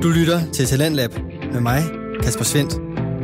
Du lytter til Talentlab med mig, Kasper Svendt.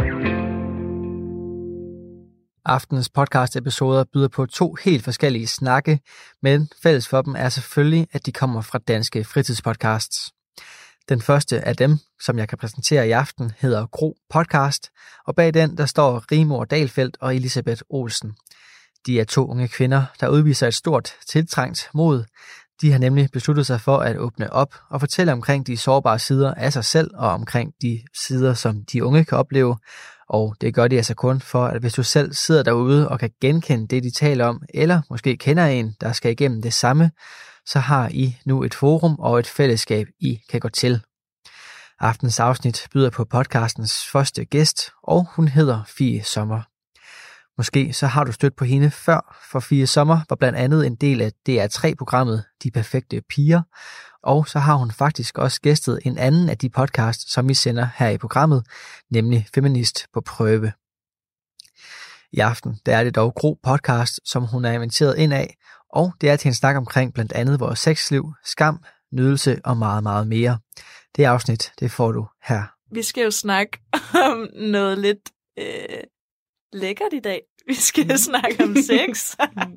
Aftenens podcast-episoder byder på 2 helt forskellige snakke, men fælles for dem er selvfølgelig, at de kommer fra Danske Fritidspodcasts. Den første af dem, som jeg kan præsentere i aften, hedder Gro Podcast, og bag den der står Rigmor Dahlfeldt og Elisabeth Olsen. De er 2 unge kvinder, der udviser et stort tiltrængt mod. De har nemlig besluttet sig for at åbne op og fortælle omkring de sårbare sider af sig selv og omkring de sider, som de unge kan opleve. Og det gør de altså kun for, at hvis du selv sidder derude og kan genkende det, de taler om, eller måske kender en, der skal igennem det samme, så har I nu et forum og et fællesskab, I kan gå til. Aftens afsnit byder på podcastens første gæst, og hun hedder Fie Sommer. Måske så har du stødt på hende før, for Fie Sommer var blandt andet en del af DR3-programmet De Perfekte Piger, og så har hun faktisk også gæstet en anden af de podcasts, som vi sender her i programmet, nemlig Feminist på Prøve. I aften der er det dog Gro Podcast, som hun er inviteret ind af, og det er til en snak omkring blandt andet vores sexliv, skam, nydelse og meget, meget mere. Det afsnit, det får du her. Vi skal jo snakke om noget lidt lækkert i dag. Vi skal snakke om sex.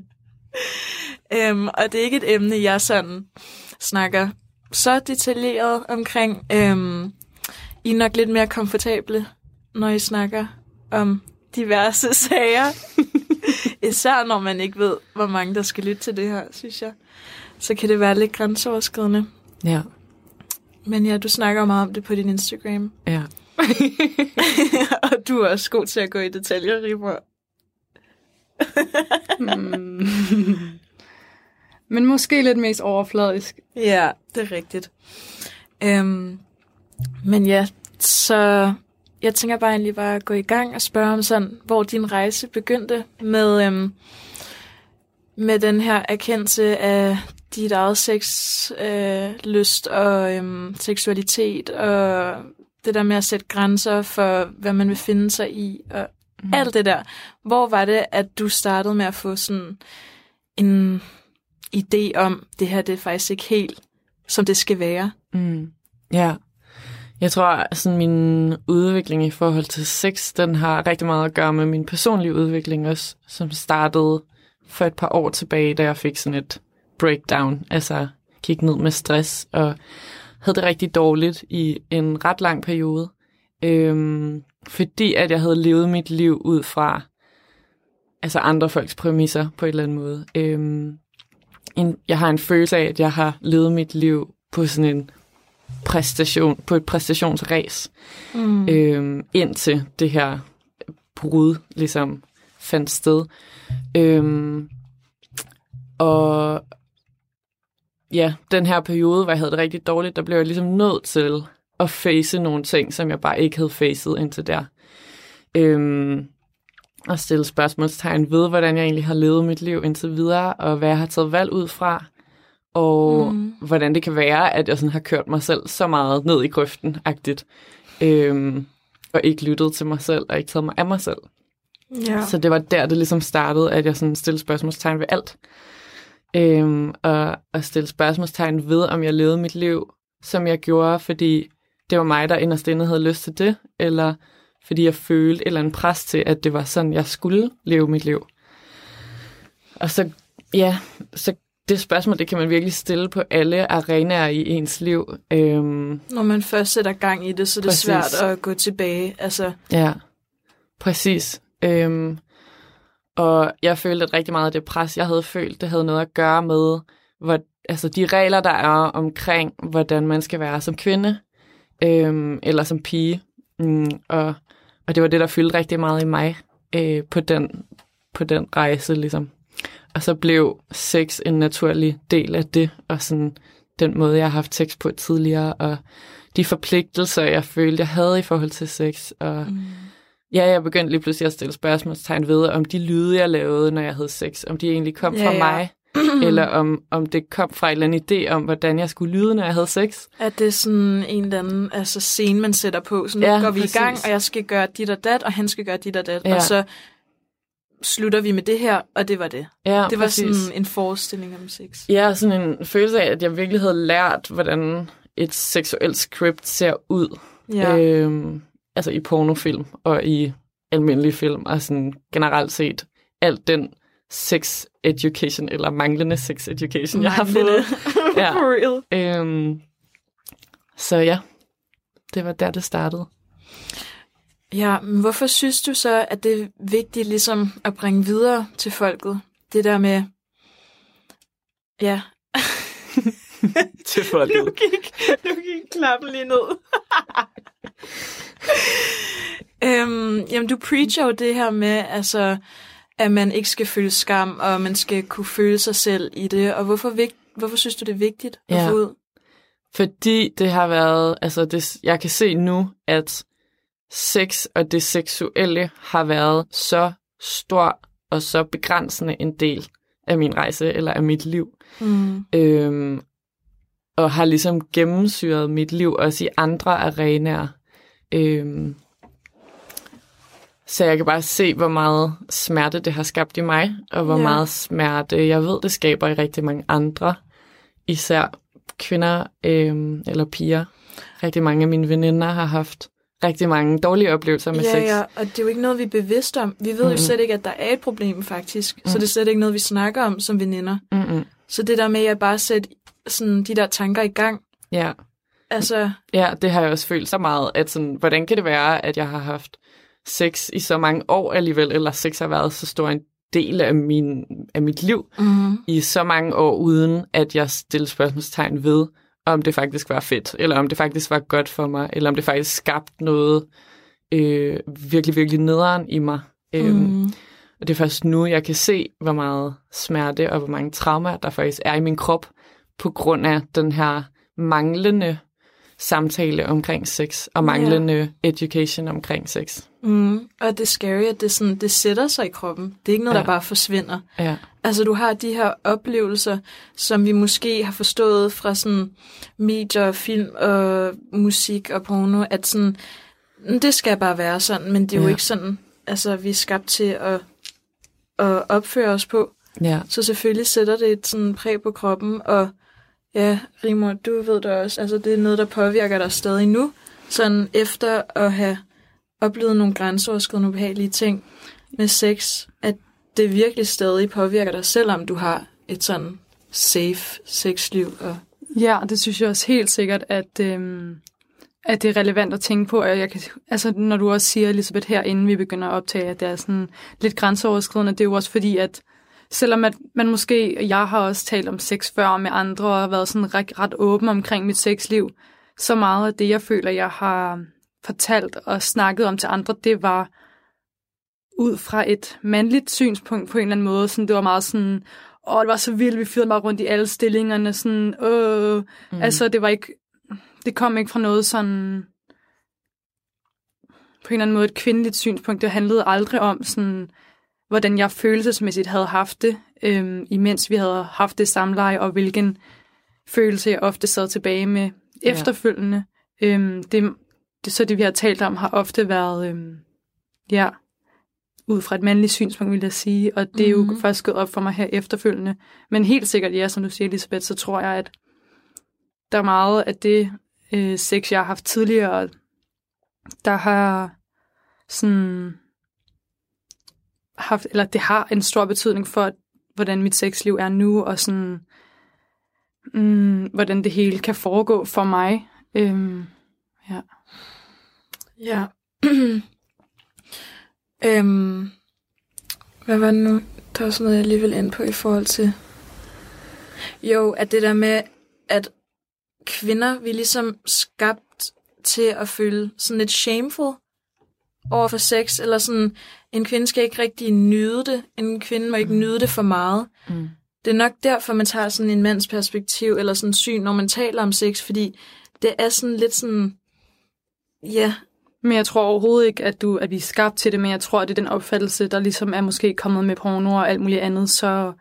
Og det er ikke et emne, jeg sådan snakker så detaljeret omkring. I er nok lidt mere komfortable, når I snakker om diverse sager. Især når man ikke ved, hvor mange der skal lytte til det her, synes jeg. Så kan det være lidt grænseoverskridende. Ja. Men ja, du snakker meget om det på din Instagram. Ja. Og du er også god til at gå i detaljer, Rigmor. Men måske lidt mest overfladisk. Ja, det er rigtigt. Men ja, så jeg tænker bare egentlig bare at gå i gang og spørge om sådan, hvor din rejse begyndte med den her erkendelse af dit eget lyst og seksualitet og det der med at sætte grænser for, hvad man vil finde sig i og alt det der. Hvor var det, at du startede med at få sådan en idé om, det her det er faktisk ikke helt, som det skal være? Ja. Jeg tror, at min udvikling i forhold til sex, den har rigtig meget at gøre med min personlige udvikling også, som startede for et par år tilbage, da jeg fik sådan et breakdown, altså gik ned med stress og havde det rigtig dårligt i en ret lang periode, fordi at jeg havde levet mit liv ud fra altså andre folks præmisser på en eller anden måde. Jeg har en følelse af, at jeg har levet mit liv på sådan en på et præstationsræs, indtil det her brud ligesom fandt sted. Og ja, den her periode, hvor jeg havde det rigtig dårligt, der blev jeg ligesom nødt til at face nogle ting, som jeg bare ikke havde facet indtil der. Og stille spørgsmålstegn ved, hvordan jeg egentlig har levet mit liv indtil videre, og hvad jeg har taget valg ud fra, og hvordan det kan være, at jeg sådan har kørt mig selv så meget ned i grøften-agtigt, og ikke lyttet til mig selv, og ikke taget mig af mig selv. Ja. Så det var der, det ligesom startede, at jeg sådan stillede spørgsmålstegn ved alt. Og stille spørgsmålstegn ved, om jeg levede mit liv, som jeg gjorde, fordi det var mig, der inderst inde havde lyst til det, eller fordi jeg følte et eller andet pres til, at det var sådan, jeg skulle leve mit liv. Og så det spørgsmål, det kan man virkelig stille på alle arenaer i ens liv. Når man først sætter gang i det, så er det svært at gå tilbage. Altså. Ja, præcis. Og jeg følte, at rigtig meget af det pres, jeg havde følt, det havde noget at gøre med de regler, der er omkring, hvordan man skal være som kvinde, eller som pige. Og det var det, der fyldte rigtig meget i mig på den rejse, ligesom. Og så blev sex en naturlig del af det, og sådan den måde, jeg har haft sex på tidligere, og de forpligtelser, jeg følte, jeg havde i forhold til sex, og ja, jeg begyndte lige pludselig at stille spørgsmålstegn ved, om de lyde, jeg lavede, når jeg havde sex, om de egentlig kom fra mig, eller om det kom fra en eller anden idé om, hvordan jeg skulle lyde, når jeg havde sex. At det er sådan en eller anden scene, man sætter på. Så nu går vi i gang, og jeg skal gøre dit og dat, og han skal gøre dit og dat. Ja. Og så slutter vi med det her, og det var det. Ja, det var sådan en forestilling om sex. Ja, sådan en følelse af, at jeg virkelig havde lært, hvordan et seksuelt script ser ud. Ja. Altså i pornofilm og i almindelige film, og sådan generelt set alt den sex education, eller manglende sex education, jeg har fået. Ja. For real. Så ja, det var der, det startede. Ja, men hvorfor synes du så, at det er vigtigt ligesom at bringe videre til folket? Det der med, ja. Til folket. Nu gik klappen lige ned. Jamen, du preacher jo det her med, altså, at man ikke skal føle skam, og man skal kunne føle sig selv i det. Og hvorfor synes du, det er vigtigt at få ud? Fordi det har været, altså jeg kan se nu, at sex og det seksuelle har været så stor og så begrænsende en del af min rejse, eller af mit liv. Og har ligesom gennemsyret mit liv også i andre arenaer. Så jeg kan bare se, hvor meget smerte det har skabt i mig, og hvor meget smerte, jeg ved, det skaber i rigtig mange andre, især kvinder eller piger. Rigtig mange af mine veninder har haft rigtig mange dårlige oplevelser med sex. Ja, og det er jo ikke noget, vi er bevidste om. Vi ved jo slet ikke, at der er et problem, faktisk. Så det er slet ikke noget, vi snakker om som veninder. Så det der med at bare sætte sådan, de der tanker i gang. Ja. Altså... Ja, det har jeg også følt så meget, at sådan, hvordan kan det være, at jeg har haft sex i så mange år alligevel, eller sex har været så stor en del af mit liv i så mange år, uden at jeg stillede spørgsmålstegn ved, om det faktisk var fedt, eller om det faktisk var godt for mig, eller om det faktisk skabte noget virkelig, virkelig nederen i mig. Og det er først nu, jeg kan se, hvor meget smerte og hvor mange traumer, der faktisk er i min krop, på grund af den her manglende samtale omkring sex, og manglende education omkring sex. Og det er scary, at det sætter sig i kroppen. Det er ikke noget, der bare forsvinder. Ja. Altså, du har de her oplevelser, som vi måske har forstået fra sådan medier, film og musik og porno, at sådan, det skal bare være sådan, men det er jo ikke sådan, altså, vi er skabt til at opføre os på. Ja. Så selvfølgelig sætter det et sådan præg på kroppen, og ja, Rigmor, du ved det også, altså det er noget, der påvirker dig stadig nu, sådan efter at have oplevet nogle grænseoverskridende ubehagelige ting med sex, at det virkelig stadig påvirker dig, selvom du har et sådan safe sexliv. Ja, det synes jeg også helt sikkert, at det er relevant at tænke på. Jeg kan, altså, når du også siger, Elisabeth, her inden vi begynder at optage, at det er sådan lidt grænseoverskridende, det er jo også fordi, at selvom at man måske, jeg har også talt om sex før med andre, og været sådan ret åben omkring mit sexliv, så meget af det, jeg føler, jeg har fortalt og snakket om til andre, det var ud fra et mandligt synspunkt på en eller anden måde. Sådan, det var meget sådan, det var så vildt, vi fyrede meget rundt i alle stillingerne, sådan, altså det kom ikke fra noget sådan, på en eller anden måde et kvindeligt synspunkt. Det handlede aldrig om sådan, hvordan jeg følelsesmæssigt havde haft det, imens vi havde haft det samleje, og hvilken følelse jeg ofte sad tilbage med efterfølgende. Så det, vi har talt om, har ofte været, ud fra et mandligt synspunkt, vil jeg sige, og det er jo først gået op for mig her efterfølgende. Men helt sikkert, ja, som du siger, Elisabeth, så tror jeg, at der er meget af det sex, jeg har haft tidligere, der har sådan haft, eller det har en stor betydning for, hvordan mit sexliv er nu, og sådan, hvordan det hele kan foregå for mig. Ja. Hvad var det nu? Der var sådan noget, jeg lige vil ind på i forhold til... Jo, at det der med, at kvinder, vi er ligesom skabt til at føle sådan lidt shameful over for sex, eller sådan, en kvinde skal ikke rigtig nyde det, en kvinde må ikke nyde det for meget. Det er nok derfor, man tager sådan en mands perspektiv, eller sådan syn, når man taler om sex, fordi det er sådan lidt sådan, ja... Men jeg tror overhovedet ikke, at vi er skabt til det, men jeg tror, at det er den opfattelse, der ligesom er måske kommet med porno og alt muligt andet, så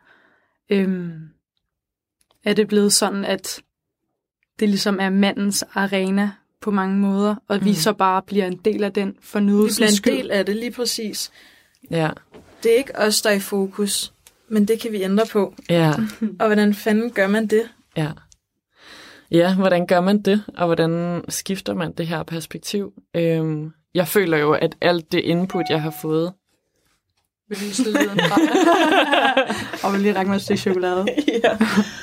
er det blevet sådan, at det ligesom er mandens arena på mange måder, og vi så bare bliver en del af den fornydelsens skyld. Vi bliver en del af det, lige præcis. Ja. Det er ikke os, der er i fokus, men det kan vi ændre på. Ja. Og hvordan fanden gør man det? Ja. Ja, hvordan gør man det, og hvordan skifter man det her perspektiv? Jeg føler jo, at alt det input, jeg har fået... Vil du lige slå lyden fra? Og vil lige række mig et stykke chokolade? Ja.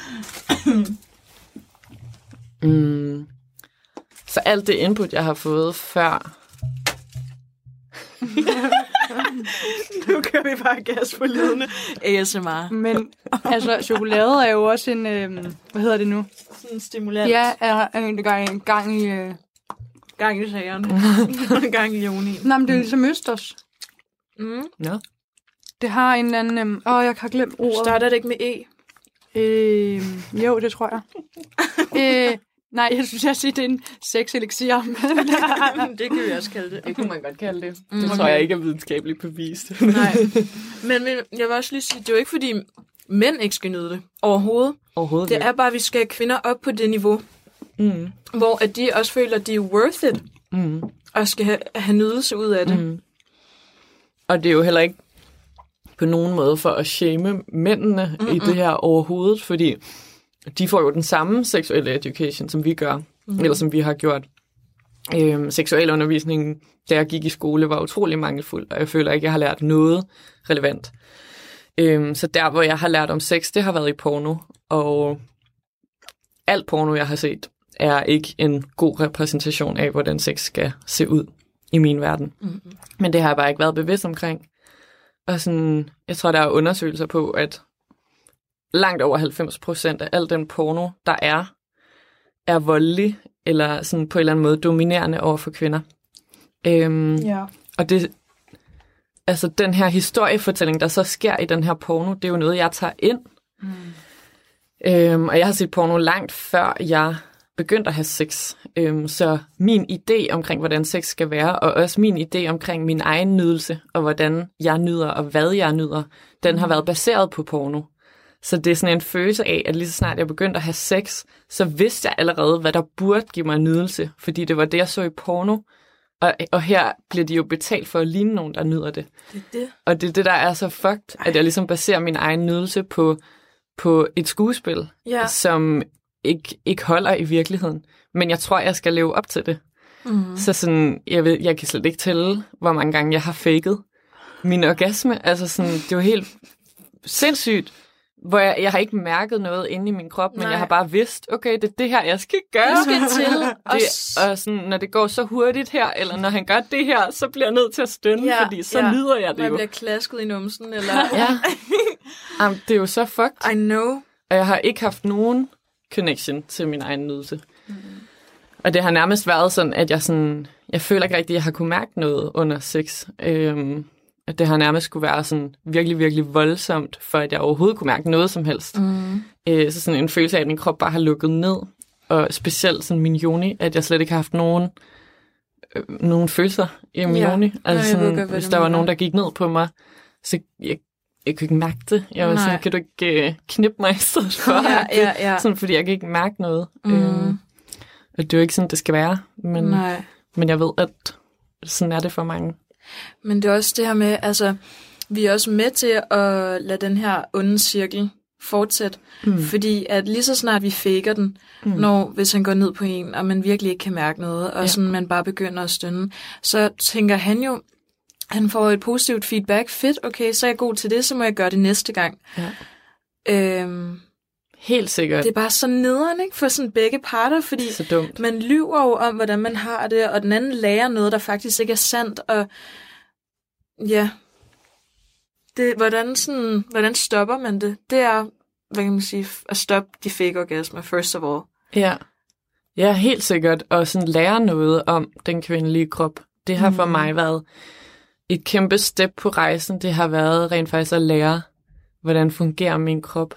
Så alt det input, jeg har fået før... Nu kører vi bare gas på lydene. ASMR. Men altså, chokolade er jo også en... hvad hedder det nu? Sådan en stimulant. Ja, er en gang i... Gang i sagerne. Gang i ionien. Nej, men det er ligesom østers. Ja. Det har en eller anden... jeg har glemt ordet. Starter det ikke med E? Jo, det tror jeg. Nej, jeg synes, jeg siger, det er en sexelixir. Det kan vi også kalde det. Det kunne man godt kalde det. Det tror jeg ikke er videnskabeligt bevist. Nej. Men jeg vil også lige sige, det er jo ikke, fordi mænd ikke skal nyde det. Overhovedet. Det er bare, at vi skal have kvinder op på det niveau, hvor at de også føler, at de er worth it, og skal have nydelse ud af det. Og det er jo heller ikke på nogen måde for at shame mændene i det her overhovedet, fordi de får jo den samme seksuelle education, som vi gør, eller som vi har gjort. Seksualundervisningen, da jeg gik i skole, var utrolig mangelfuld, og jeg føler ikke, jeg har lært noget relevant. Så der, hvor jeg har lært om sex, det har været i porno, og alt porno, jeg har set, er ikke en god repræsentation af, hvordan sex skal se ud i min verden. Men det har jeg bare ikke været bevidst omkring. Og sådan, jeg tror, der er undersøgelser på, at langt over 90% af al den porno, der er voldelig, eller sådan på en eller anden måde dominerende over for kvinder. Og det, altså den her historiefortælling, der så sker i den her porno, det er jo noget, jeg tager ind. Og jeg har set porno langt før jeg begyndte at have sex. Så min idé omkring, hvordan sex skal være, og også min idé omkring min egen nydelse, og hvordan jeg nyder, og hvad jeg nyder, den har været baseret på porno. Så det er sådan en følelse af, at lige så snart jeg begyndte at have sex, så vidste jeg allerede, hvad der burde give mig nydelse, fordi det var det, jeg så i porno. Og her bliver de jo betalt for at ligne nogen, der nyder det. Det er det. Og det er det, der er så fucked, at jeg ligesom baserer min egen nydelse på et skuespil, som ikke holder i virkeligheden. Men jeg tror, jeg skal leve op til det. Så sådan, jeg kan slet ikke tælle, hvor mange gange jeg har faket min orgasme. Altså sådan, det er jo helt sindssygt, hvor jeg har ikke mærket noget inde i min krop, men jeg har bare vidst, okay, det er det her, jeg skal gøre. Det skal til. Og sådan, når det går så hurtigt her, eller når han gør det her, så bliver jeg nødt til at stønne, fordi så nyder jeg det jo. Man bliver klasket i numsen, eller... Jamen, det er jo så fucked. I know. Og jeg har ikke haft nogen connection til min egen nydelse. Og det har nærmest været sådan, at jeg føler ikke rigtigt, at jeg har kunne mærke noget under sex. At det har nærmest skulle være sådan virkelig, virkelig voldsomt, for at jeg overhovedet kunne mærke noget som helst. Så sådan en følelse af, at min krop bare har lukket ned. Og specielt sådan min yoni, at jeg slet ikke har haft nogen følelser i min yoni. Altså sådan, hvis der var nogen, der gik ned på mig, så jeg kunne ikke mærke det. Jeg var sådan, kan du ikke knippe mig i stedet for? Sådan, fordi jeg kan ikke mærke noget. Og det er jo ikke sådan, det skal være. Men jeg ved, at sådan er det for mange. Men det er også det her med, altså, vi er også med til at lade den her onde cirkel fortsætte. Fordi at lige så snart vi faker den, hvis han går ned på en, og man virkelig ikke kan mærke noget, og sådan man bare begynder at stønne, så tænker han jo, han får et positivt feedback. Fedt, okay, så er jeg god til det, så må jeg gøre det næste gang. Helt sikkert. Det er bare så nederen, ikke? For sådan begge parter, fordi så dumt. Man lyver jo om, hvordan man har det, og den anden lærer noget, der faktisk ikke er sandt, og ja, hvordan stopper man det? Det er, hvad kan man sige, at stoppe de fake orgasmer, first of all. Ja, helt sikkert, og sådan lære noget om den kvindelige krop. Det har for mig været et kæmpe step på rejsen. Det har været rent faktisk at lære, hvordan fungerer min krop.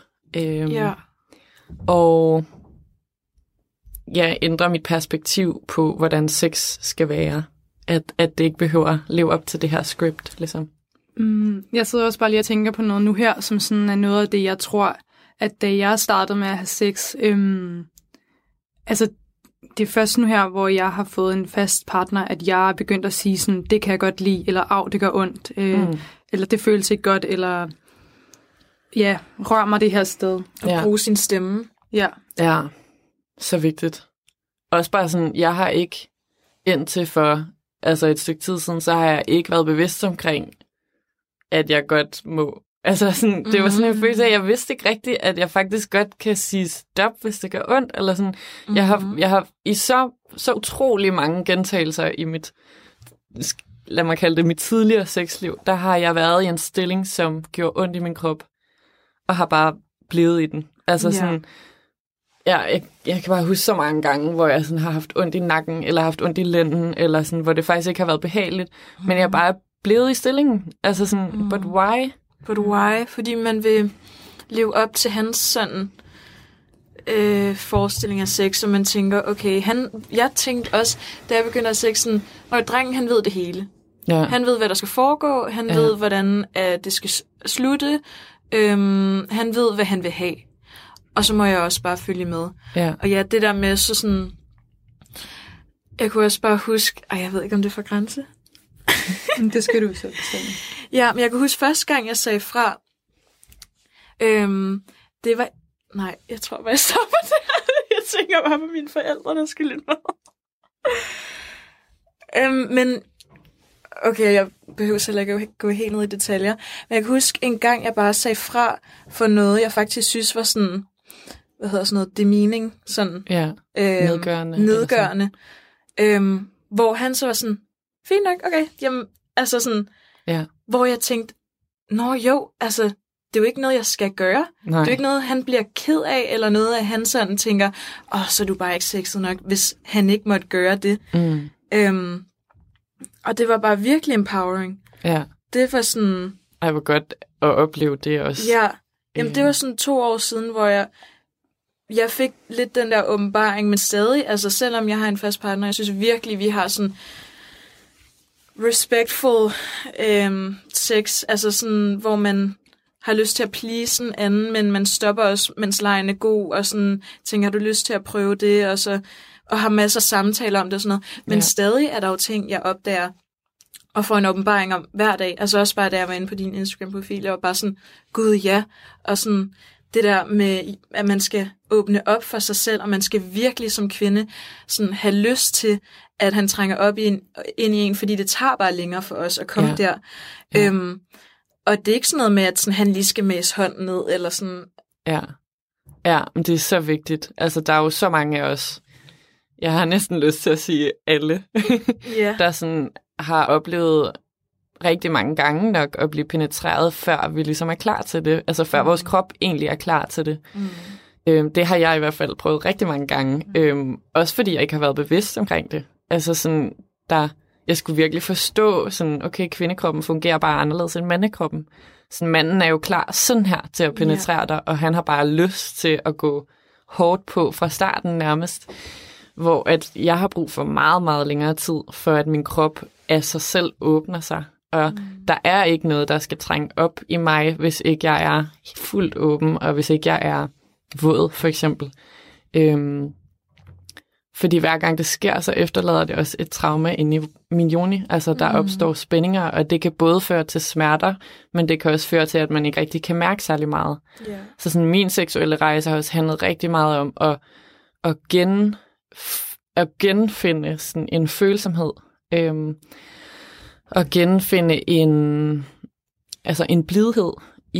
Og ændre mit perspektiv på, hvordan sex skal være. At det ikke behøver at leve op til det her script, ligesom. Jeg sidder også bare lige og tænker på noget nu her, som sådan er noget af det, jeg tror, at da jeg startede med at have sex, altså det er først nu her, hvor jeg har fået en fast partner, at jeg er begyndt at sige sådan, det kan jeg godt lide, eller det gør ondt, eller det føles ikke godt, eller rør mig det her sted. Og bruge sin stemme. Ja, Så vigtigt. Også bare sådan, jeg har ikke indtil for et stykke tid siden, så har jeg ikke været bevidst omkring, at jeg godt må. Altså sådan, det var sådan en følelse af, at jeg vidste ikke rigtigt, at jeg faktisk godt kan sige stop, hvis det gør ondt. Eller sådan. Jeg har i så utrolig mange gentagelser i mit, lad mig kalde det, mit tidligere sexliv, der har jeg været i en stilling, som gjorde ondt i min krop, og har bare blevet i den. Altså sådan, jeg kan bare huske så mange gange, hvor jeg sådan har haft ondt i nakken, eller haft ondt i lænden, eller sådan, hvor det faktisk ikke har været behageligt, men jeg er bare blevet i stillingen. Altså sådan, but why? But why? Fordi man vil leve op til hans sådan forestilling af sex, og man tænker, okay, jeg tænkte også, da jeg begynder at sex, sådan, drengen, han ved det hele. Ja. Han ved, hvad der skal foregå, han ved, hvordan det skal slutte, han ved, hvad han vil have. Og så må jeg også bare følge med. Ja. Og ja, det der med så sådan, jeg kunne også bare huske, jeg ved ikke, om det er for grænse. Det skal du så bestemme. Ja, men jeg kan huske første gang, jeg sagde fra, det var, nej, jeg tror bare, jeg stopper det her. Jeg tænker bare på mine forældre, der skal lytte med. Men, okay, jeg behøver selv ikke gå helt ned i detaljer, men jeg kan huske en gang, jeg bare sagde fra for noget, jeg faktisk synes var sådan, hvad hedder sådan noget, demeaning, sådan. Ja, nedgørende. Hvor han så var sådan, fint nok, okay, jamen, altså sådan, hvor jeg tænkte, altså, det er jo ikke noget, jeg skal gøre. Nej. Det er jo ikke noget, han bliver ked af, eller noget, at han sådan tænker, så er du bare ikke sexet nok, hvis han ikke måtte gøre det. Og det var bare virkelig empowering. Ja. Det var sådan... Ej, hvor godt at opleve det også. Ja, jamen det var sådan 2 år siden, hvor jeg fik lidt den der åbenbaring, men stadig, altså selvom jeg har en fast partner, jeg synes virkelig, vi har sådan respectful sex, altså sådan, hvor man har lyst til at please en anden, men man stopper også, mens lejen er god, og sådan tænker, har du lyst til at prøve det, og har masser af samtaler om det og sådan noget. Men stadig er der jo ting, jeg opdager, og får en åbenbaring om hver dag. Altså også bare, da jeg var inde på din Instagram-profil, jeg var bare sådan, gud ja, og sådan det der med, at man skal åbne op for sig selv, og man skal virkelig som kvinde sådan have lyst til, at han trænger op ind i en, fordi det tager bare længere for os at komme der. Ja. Og det er ikke sådan noget med, at sådan, han lige skal mæse hånden ned, eller sådan. Ja, men det er så vigtigt. Altså, der er jo så mange af os, jeg har næsten lyst til at sige alle, der sådan har oplevet rigtig mange gange nok at blive penetreret, før vi ligesom er klar til det. Altså før vores krop egentlig er klar til det. Det har jeg i hvert fald prøvet rigtig mange gange. Også fordi jeg ikke har været bevidst omkring det. Altså sådan, jeg skulle virkelig forstå, sådan, okay, kvindekroppen fungerer bare anderledes end mandekroppen. Sådan, manden er jo klar sådan her til at penetrere dig, og han har bare lyst til at gå hårdt på fra starten nærmest. Hvor at jeg har brug for meget, meget længere tid, for at min krop af sig selv åbner sig. Og der er ikke noget, der skal trænge op i mig, hvis ikke jeg er fuldt åben, og hvis ikke jeg er våd, for eksempel. Fordi hver gang det sker, så efterlader det også et trauma inde i min yoni. Altså, der opstår spændinger, og det kan både føre til smerter, men det kan også føre til, at man ikke rigtig kan mærke særlig meget. Yeah. Så sådan, min seksuelle rejse har også handlet rigtig meget om at genfinde sådan en følsomhed. Og genfinde en blidhed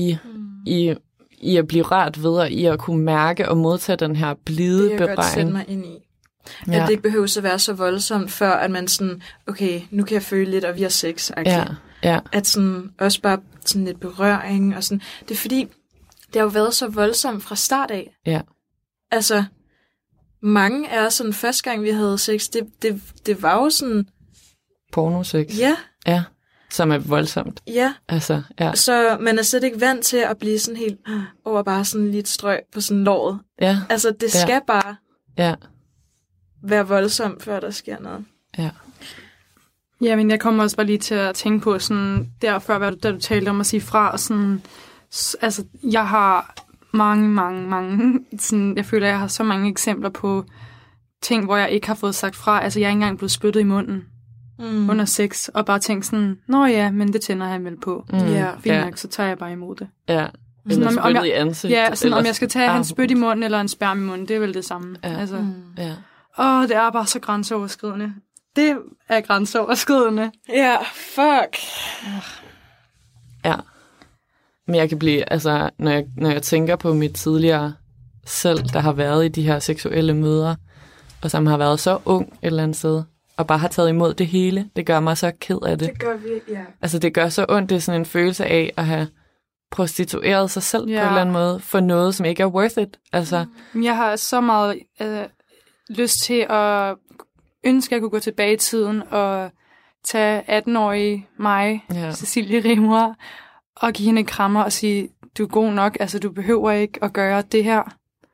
i at blive rørt ved, og i at kunne mærke og modtage den her blide berøring. Det kan jeg godt sætte mig ind i. At det ikke behøver at være så voldsomt, før at man sådan, okay, nu kan jeg føle lidt, og vi har sex. At sådan, også bare sådan lidt berøring, og sådan. Det er fordi, det har jo været så voldsomt fra start af. Ja. Altså, mange af os sådan, første gang vi havde sex, det var jo sådan... Pornosex. Ja. Ja, som er voldsomt. Ja. Altså, ja. Så man er slet ikke vant til at blive sådan helt over bare sådan lidt strøg på sådan låret. Ja. Altså, det skal bare være voldsomt, før der sker noget. Ja. Ja, men jeg kommer også bare lige til at tænke på sådan, derfor, da du talte om at sige fra, og sådan, altså, jeg har mange, sådan, jeg føler, jeg har så mange eksempler på ting, hvor jeg ikke har fået sagt fra. Altså, jeg er ikke engang blevet spyttet i munden under sex, og bare tænkt sådan, nå ja, men det tænder han vel på. Ja, fint nok, så tager jeg bare imod det. Ja, Eller Sådan, spyttet i ansigt. Ja, sådan, eller, om jeg skal tage hans spyt i munden eller en sperm i munden, det er vel det samme. Ja. Altså. Ja. Det er bare så grænseoverskridende. Det er grænseoverskridende. Ja, fuck. Ja. Men jeg kan blive, altså, når jeg tænker på mit tidligere selv, der har været i de her seksuelle møder, og som har været så ung et eller andet sted, og bare har taget imod det hele, det gør mig så ked af det. Det gør vi, ja. Altså, det gør så ondt, det er sådan en følelse af at have prostitueret sig selv på en eller anden måde, for noget, som ikke er worth it. Altså. Jeg har så meget lyst til at ønske, at jeg kunne gå tilbage i tiden og tage 18-årige mig, Cecilie Rimor, og give hende en krammer og sige, du er god nok, altså du behøver ikke at gøre det her.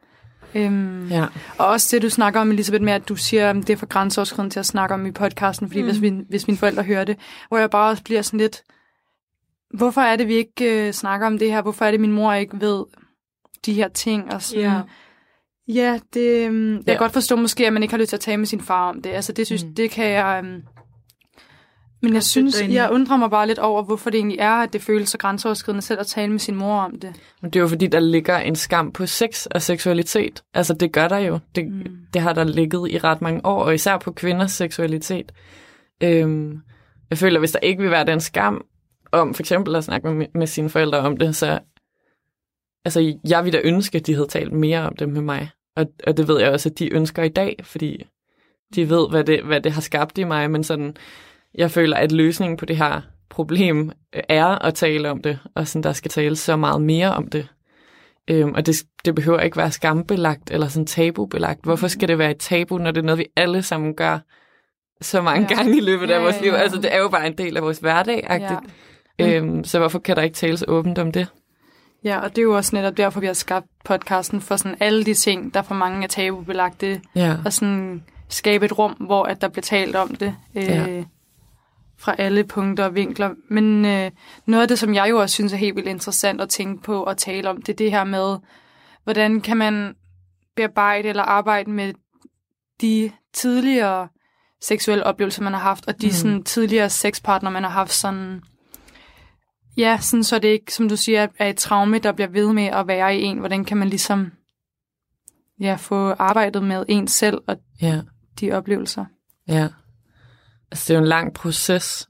Og også det, du snakker om, Elisabeth, med, at du siger, at det er for grænseoverskridende til at snakke om i podcasten, fordi hvis mine forældre hører det, hvor jeg bare også bliver sådan lidt, hvorfor er det, vi ikke snakker om det her? Hvorfor er det, min mor ikke ved de her ting? Og sådan, jeg kan godt forstå måske, at man ikke har lyst til at tale med sin far om det. Altså det synes, det kan jeg... Men jeg synes, jeg undrer mig bare lidt over, hvorfor det egentlig er, at det føles så grænseoverskridende selv at tale med sin mor om det. Men det er jo fordi, der ligger en skam på sex og seksualitet. Altså det gør der jo. Det har der ligget i ret mange år, og især på kvinders seksualitet. Jeg føler, hvis der ikke vil være den skam om for eksempel at snakke med sine forældre om det, så altså, jeg ville da ønske, at de havde talt mere om det med mig. Og det ved jeg også, at de ønsker i dag, fordi de ved, hvad det har skabt i mig, men sådan... Jeg føler, at løsningen på det her problem er at tale om det, og sådan, der skal tales så meget mere om det. Og det behøver ikke være skambelagt eller sådan tabubelagt. Hvorfor skal det være et tabu, når det er noget, vi alle sammen gør så mange gange i løbet af vores liv? Altså, det er jo bare en del af vores hverdag-agtigt. Så hvorfor kan der ikke tales åbent om det? Ja, og det er jo også netop derfor, vi har skabt podcasten, for sådan alle de ting, der for mange er tabubelagte, og sådan skabe et rum, hvor at der bliver talt om det. Fra alle punkter og vinkler. Men noget af det, som jeg jo også synes er helt vildt interessant at tænke på og tale om, det er det her med, hvordan kan man bearbejde eller arbejde med de tidligere seksuelle oplevelser, man har haft, og de sådan, tidligere sexpartner, man har haft. Sådan, ja, sådan, så det ikke, som du siger, er et traume, der bliver ved med at være i en. Hvordan kan man ligesom få arbejdet med en selv og de oplevelser? Ja. Altså, det er jo en lang proces,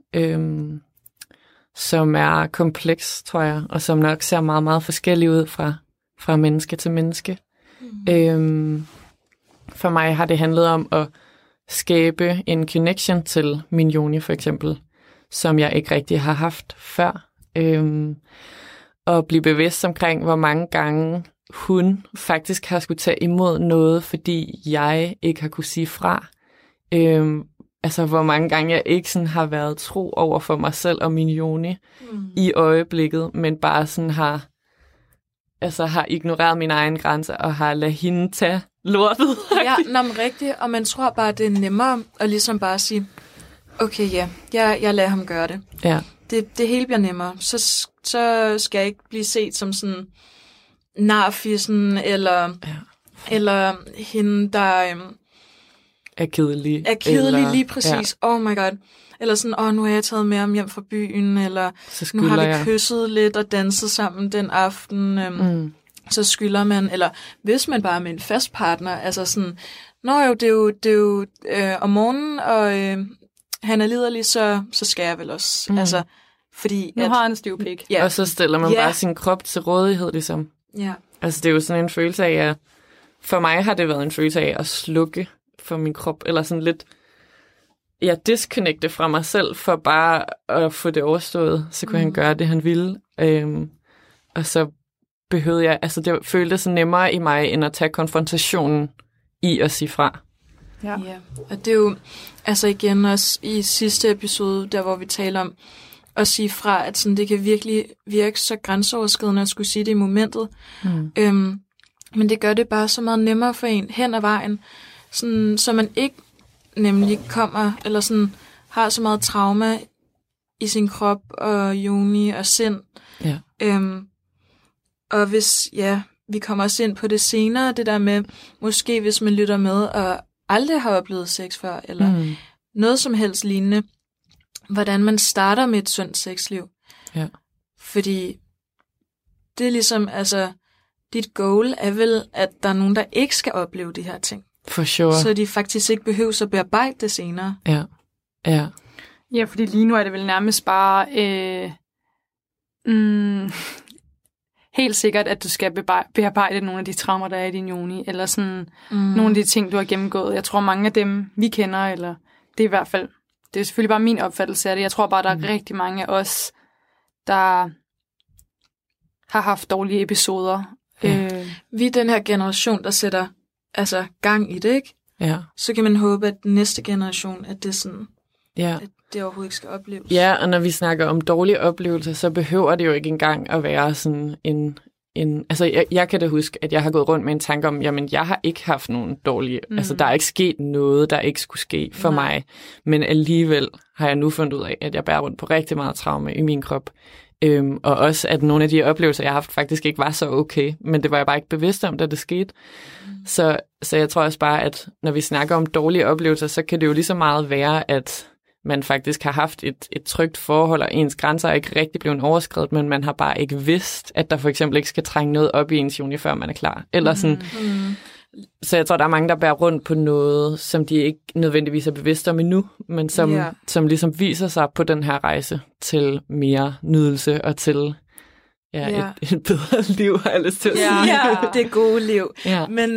som er kompleks, tror jeg, og som nok ser meget, meget forskellig ud fra menneske til menneske. For mig har det handlet om at skabe en connection til min Joni, for eksempel, som jeg ikke rigtig har haft før. Og blive bevidst omkring, hvor mange gange hun faktisk har skulle tage imod noget, fordi jeg ikke har kunne sige fra. Altså, hvor mange gange jeg ikke sådan har været tro over for mig selv og min Joni i øjeblikket, men bare sådan har ignoreret mine egne grænser og har ladet hende tage lortet. Ja, men rigtigt, og man tror bare, det er nemmere at ligesom bare sige, okay, jeg lader ham gøre det. Ja. Det hele bliver nemmere. Så skal jeg ikke blive set som sådan narfissen, eller hende, der... Er kedelig. Lige præcis. Ja. Oh my god. Eller sådan, nu har jeg taget med ham hjem fra byen, eller nu har vi kysset lidt og danset sammen den aften. Så skylder man, eller hvis man bare er med en fast partner, altså sådan, det er jo om morgenen, og han er liderlig, så skal jeg vel også. Altså, fordi... Nu har han en stiv pik. Ja. Og så stiller man bare sin krop til rådighed, ligesom. Ja. Altså, det er jo sådan en følelse af, at for mig har det været en følelse af at slukke for min krop, eller sådan lidt, disconnecte fra mig selv, for bare at få det overstået, så kunne han gøre det, han ville. Og så behøvede jeg, altså det føltes nemmere i mig, end at tage konfrontationen i at sige fra. Ja, og det er jo, altså igen også i sidste episode, der hvor vi taler om at sige fra, at sådan, det kan virkelig virke så grænseoverskridende at skulle sige det i momentet. Men det gør det bare så meget nemmere for en hen ad vejen, sådan, så man ikke nemlig kommer, eller sådan har så meget trauma i sin krop og Joni og sind. Ja. Og hvis, vi kommer også ind på det senere, det der med, måske hvis man lytter med og aldrig har oplevet sex før, eller noget som helst lignende, hvordan man starter med et sundt sexliv. Ja. Fordi det er ligesom, altså, dit goal er vel, at der er nogen, der ikke skal opleve de her ting. For sure. Så de faktisk ikke behøver at bearbejde det senere. Ja. Ja. Ja, fordi lige nu er det vel nærmest bare helt sikkert, at du skal bearbejde nogle af de traumer, der er i din juni, eller sådan nogle af de ting, du har gennemgået. Jeg tror, mange af dem, vi kender, eller det er i hvert fald, det er selvfølgelig bare min opfattelse af det. Jeg tror bare, der er rigtig mange af os, der har haft dårlige episoder. Ja. Vi er den her generation, der sætter altså gang i det, ikke? Ja. Så kan man håbe, at den næste generation, at det sådan, ja. at det overhovedet ikke skal opleves. Ja, og når vi snakker om dårlige oplevelser, så behøver det jo ikke engang at være sådan en altså jeg kan da huske, at jeg har gået rundt med en tanke om, jamen jeg har ikke haft nogen dårlige, altså der er ikke sket noget, der ikke skulle ske for mig, men alligevel har jeg nu fundet ud af, at jeg bærer rundt på rigtig meget traume i min krop. Og også, at nogle af de oplevelser, jeg har haft, faktisk ikke var så okay, men det var jeg bare ikke bevidst om, da det skete. Så jeg tror også bare, at når vi snakker om dårlige oplevelser, så kan det jo lige så meget være, at man faktisk har haft et trygt forhold, og ens grænser er ikke rigtig blevet overskredet, men man har bare ikke vidst, at der for eksempel ikke skal trænge noget op i ens juni, før man er klar. Eller sådan. Så jeg tror, der er mange, der bærer rundt på noget, som de ikke nødvendigvis er bevidste om endnu, men som ligesom viser sig på den her rejse til mere nydelse og til et bedre liv, har jeg lyst til at sige. Ja, det gode liv. Ja. Men,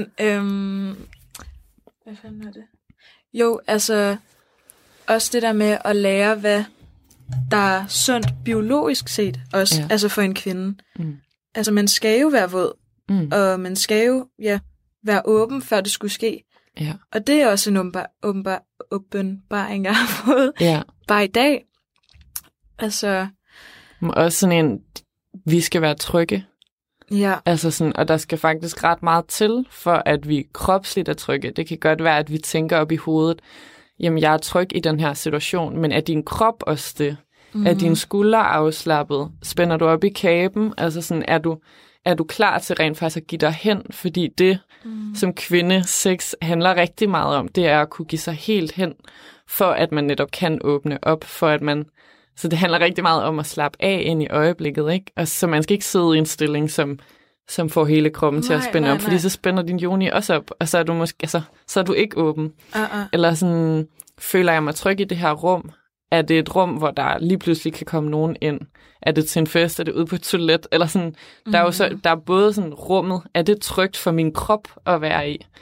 hvad fanden er det? Jo, altså, også det der med at lære, hvad der er sundt biologisk set, også, altså for en kvinde. Altså, man skal jo være våd, og man skal jo, være åben, før det skulle ske. Ja. Og det er også en åbenbaring, jeg har fået bare i dag. Altså... Også sådan en, vi skal være trygge. Ja. Altså sådan, og der skal faktisk ret meget til, for at vi kropsligt er trygge. Det kan godt være, at vi tænker op i hovedet, jamen jeg er tryg i den her situation, men er din krop også det? Er dine skuldre afslappet? Spænder du op i kæben? Altså sådan, er du klar til rent faktisk at give dig hen? Fordi det, som kvinde sex handler rigtig meget om, det er at kunne give sig helt hen, for at man netop kan åbne op, så det handler rigtig meget om at slappe af ind i øjeblikket, ikke? Og så man skal ikke sidde i en stilling, som får hele kroppen til at spænde op, fordi så spænder din joni også op, og så er du måske, så er du ikke åben. Eller sådan, føler jeg mig tryg i det her rum? Er det et rum, hvor der lige pludselig kan komme nogen ind? Er det til en fest? Er det ude på et toilet? Eller sådan, der er jo så, der er både sådan rummet, er det trygt for min krop at være i?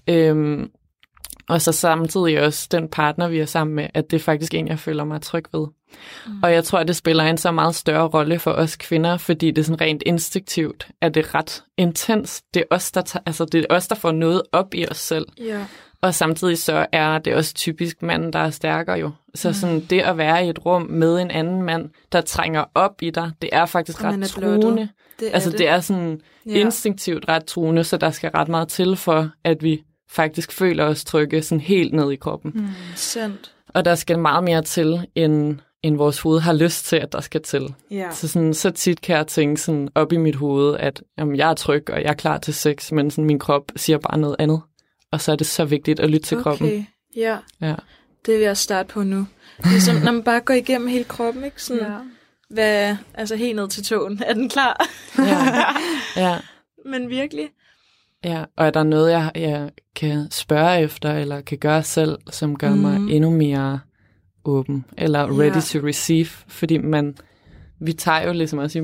Og så samtidig også den partner, vi er sammen med, at det er faktisk en, jeg føler mig tryg ved. Og jeg tror, at det spiller en så meget større rolle for os kvinder, fordi det er sådan rent instinktivt, at det er ret intens. Det er os, der får noget op i os selv. Ja. Og samtidig så er det også typisk manden, der er stærkere jo. Så sådan det at være i et rum med en anden mand, der trænger op i dig, det er faktisk ret truende. Det er sådan instinktivt ret truende, så der skal ret meget til for, at vi faktisk føler os trygge sådan helt ned i kroppen. Sandt. Og der skal meget mere til, end vores hoved har lyst til, at der skal til. Ja. Så tit kan jeg tænke sådan op i mit hoved, at jamen, jeg er tryg, og jeg er klar til sex, men sådan, min krop siger bare noget andet. Og så er det så vigtigt at lytte til kroppen. Ja. Det vil jeg starte på nu. Ligesom, når man bare går igennem hele kroppen, ikke? Sådan, altså helt ned til tåen. Er den klar? Ja. Men virkelig. Ja, og er der noget, jeg kan spørge efter, eller kan gøre selv, som gør mig endnu mere åben, eller ready to receive? Fordi vi tager jo ligesom også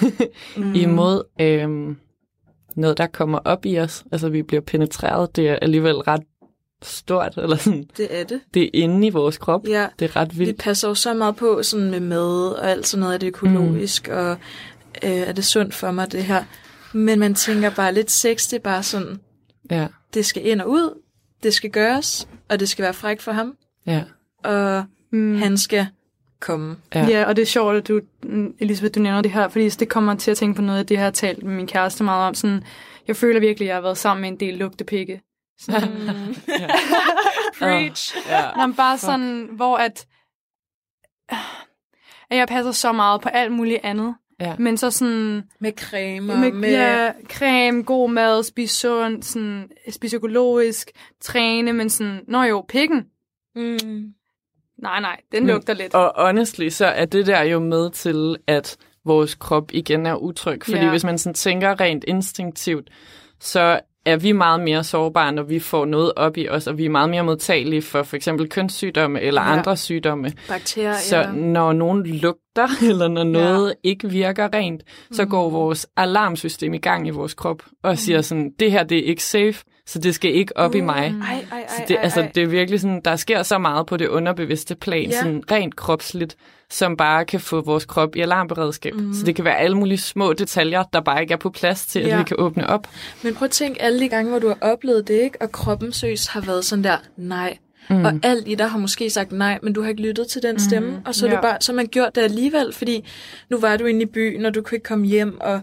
imod noget, der kommer op i os. Altså, vi bliver penetreret. Det er alligevel ret stort, eller sådan. Det er det. Det er inde i vores krop. Ja. Det er ret vildt. Vi passer jo så meget på sådan med mad, og alt sådan noget. Er det økologisk, og er det sundt for mig, det her? Men man tænker bare lidt sex, det er bare sådan, det skal ind og ud, det skal gøres, og det skal være frækt for ham. Ja. Og han skal komme. Ja, og det er sjovt, at Elisabeth, du nævner det her, fordi det kommer til at tænke på noget af det, jeg har talt med min kæreste meget om. Sådan, jeg føler virkelig, at jeg har været sammen med en del lugtepikke. Preach. Når bare sådan, hvor at jeg passer så meget på alt muligt andet. Ja. Men så sådan... Med creme. Ja, creme, god mad, spise sundt, sådan, spise økologisk, træne, men sådan... Nå jo, pikken. Nej, den lugter lidt. Og honestly, så er det der jo med til, at vores krop igen er utryg. Fordi hvis man sådan tænker rent instinktivt, så er vi meget mere sårbare, når vi får noget op i os, og vi er meget mere modtagelige for eksempel kønssygdomme eller andre sygdomme. Bakterier. Så når nogen lugter, eller når noget ikke virker rent, så går vores alarmsystem i gang i vores krop, og siger sådan, det her, det er ikke safe, så det skal ikke op i mig. Det er virkelig sådan, der sker så meget på det underbevidste plan, sådan rent kropsligt, som bare kan få vores krop i alarmberedskab. Så det kan være alle mulige små detaljer, der bare ikke er på plads til, at vi kan åbne op. Men prøv at tænke alle de gange, hvor du har oplevet det, ikke? Og kroppen seriøst har været sådan der, nej. Og alt i dig har måske sagt nej, men du har ikke lyttet til den stemme, og så er det bare, så man gjort det alligevel, fordi nu var du inde i byen, og du kunne ikke komme hjem, og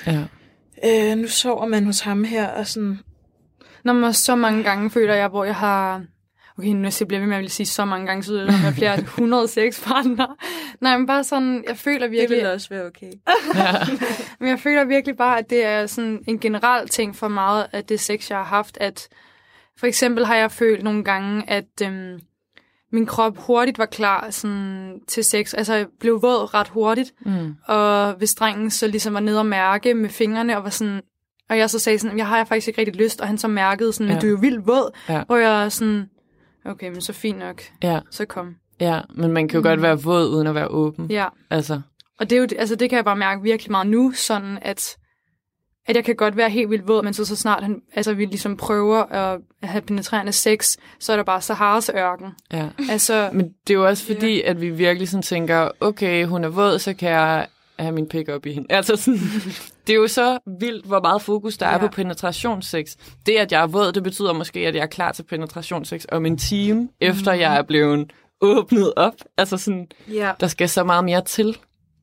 nu sover man hos ham her, og sådan. Når man så mange gange føler jeg, hvor jeg har... Okay, nu bliver jeg ved med, at jeg vil sige så mange gange, så jeg har flere 106 partnere. Nej, men bare sådan, jeg føler virkelig... Det vil også være okay. Men jeg føler virkelig bare, at det er sådan en generel ting for meget af det sex, jeg har haft. At for eksempel har jeg følt nogle gange, at min krop hurtigt var klar sådan, til sex. Altså, jeg blev våd ret hurtigt. Og hvis drengen så ligesom var nede og mærke med fingrene, og var sådan... Og jeg så sagde sådan, jeg har faktisk ikke rigtig lyst, og han så mærkede sådan, men du er jo vildt våd. Og jeg sådan, okay, men så fint nok, så kom. Ja, men man kan jo godt være våd, uden at være åben. Ja. Altså. Og det er jo, altså det kan jeg bare mærke virkelig meget nu, sådan at jeg kan godt være helt vildt våd, men så snart vi ligesom prøver at have penetrerende sex, så er der bare Saharas ørken. Ja. Altså, men det er jo også fordi, at vi virkelig sådan tænker, okay, hun er våd, så kan jeg have min pik op i hende. Altså sådan, det er jo så vildt, hvor meget fokus der er på penetrationssex. Det, at jeg er våd, det betyder måske, at jeg er klar til penetrationssex om en time, efter jeg er blevet åbnet op. Altså sådan, der skal så meget mere til.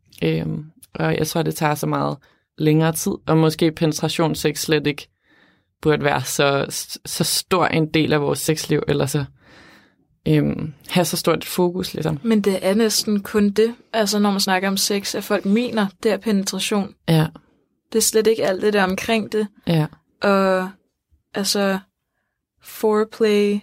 Og jeg tror, det tager så meget længere tid, og måske penetrationssex slet ikke burde være så stor en del af vores sexliv, eller så have så stort fokus, ligesom. Men det er næsten kun det, altså når man snakker om sex, at folk mener, det er penetration. Ja. Det er slet ikke alt det der omkring det. Ja. Og altså foreplay,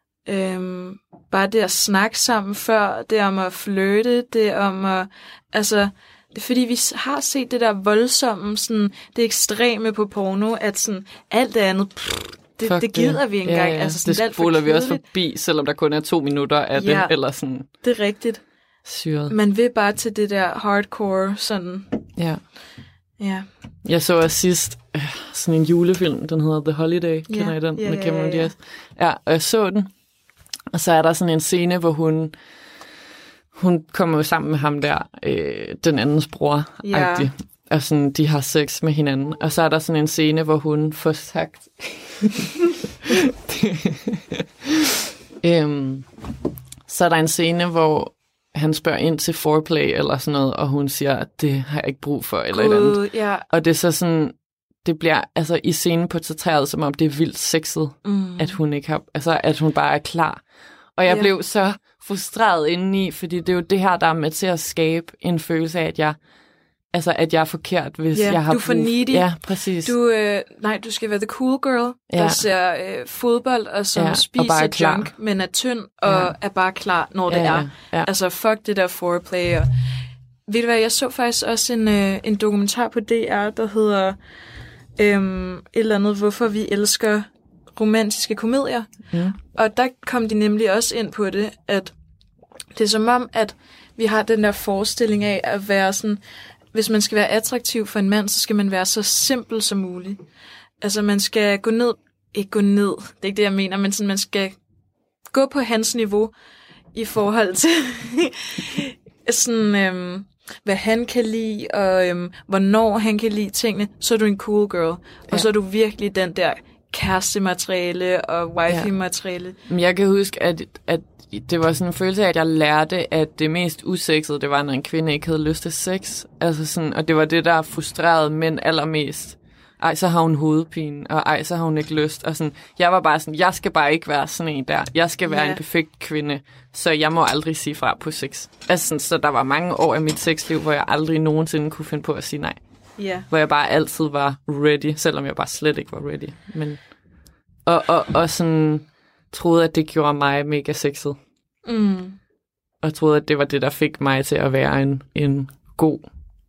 bare det at snakke sammen før, det om at flirte, det om at, altså, det er fordi vi har set det der voldsomme, sådan, det ekstreme på porno, at sådan, alt det andet, det gider vi ikke engang. Ja. Altså, sådan, det spoler vi også forbi, selvom der kun er 2 minutter af det, eller sådan. Det er rigtigt. Syret. Man vil bare til det der hardcore, sådan. Ja. Ja. Jeg så også sidst sådan en julefilm, den hedder The Holiday, kender I den? Med Cameron Diaz. Ja, og jeg så den, og så er der sådan en scene, hvor hun kommer jo sammen med ham der, den andens bror-agtig. Og sådan, de har sex med hinanden. Og så er der sådan en scene, hvor hun får sagt... så er der en scene, hvor han spørger ind til foreplay eller sådan noget, og hun siger, at det har jeg ikke brug for, eller et andet. Ja. Og det er så sådan... Det bliver altså i scenen portrætteret, som om det er vildt sexet, at hun ikke har... Altså, at hun bare er klar. Og jeg blev så frustreret indeni, fordi det er jo det her, der er med til at skabe en følelse af, at jeg er forkert, hvis jeg har du er for needy. Ja, præcis. Du skal være the cool girl, der ser fodbold, og som spiser junk, men er tynd, og er bare klar, når det er. Ja. Altså, fuck det der foreplay. Og ved du hvad, jeg så faktisk også en dokumentar på DR, der hedder et eller andet, hvorfor vi elsker romantiske komedier. Ja. Og der kom de nemlig også ind på det, at det er som om, at vi har den der forestilling af at være sådan, hvis man skal være attraktiv for en mand, så skal man være så simpel som muligt. Altså man skal ikke gå ned, det er ikke det, jeg mener, men sådan, man skal gå på hans niveau i forhold til sådan, hvad han kan lide, og hvornår han kan lide tingene, så er du en cool girl. Og så er du virkelig den der kærestemateriale og wifi-materiale. Jeg kan huske, at det var sådan en følelse af, at jeg lærte, at det mest usexede, det var, når en kvinde ikke havde lyst til sex. Altså sådan, og det var det, der frustrerede mænd allermest. Ej, så har hun hovedpine, og ej, så har hun ikke lyst. Og sådan, jeg var bare sådan, jeg skal bare ikke være sådan en der. Jeg skal være en perfekt kvinde, så jeg må aldrig sige fra på sex. Altså sådan, så der var mange år i mit sexliv, hvor jeg aldrig nogensinde kunne finde på at sige nej. Yeah. Hvor jeg bare altid var ready, selvom jeg bare slet ikke var ready. Men, og sådan troede, at det gjorde mig mega sexet. Og troede, at det var det, der fik mig til at være en god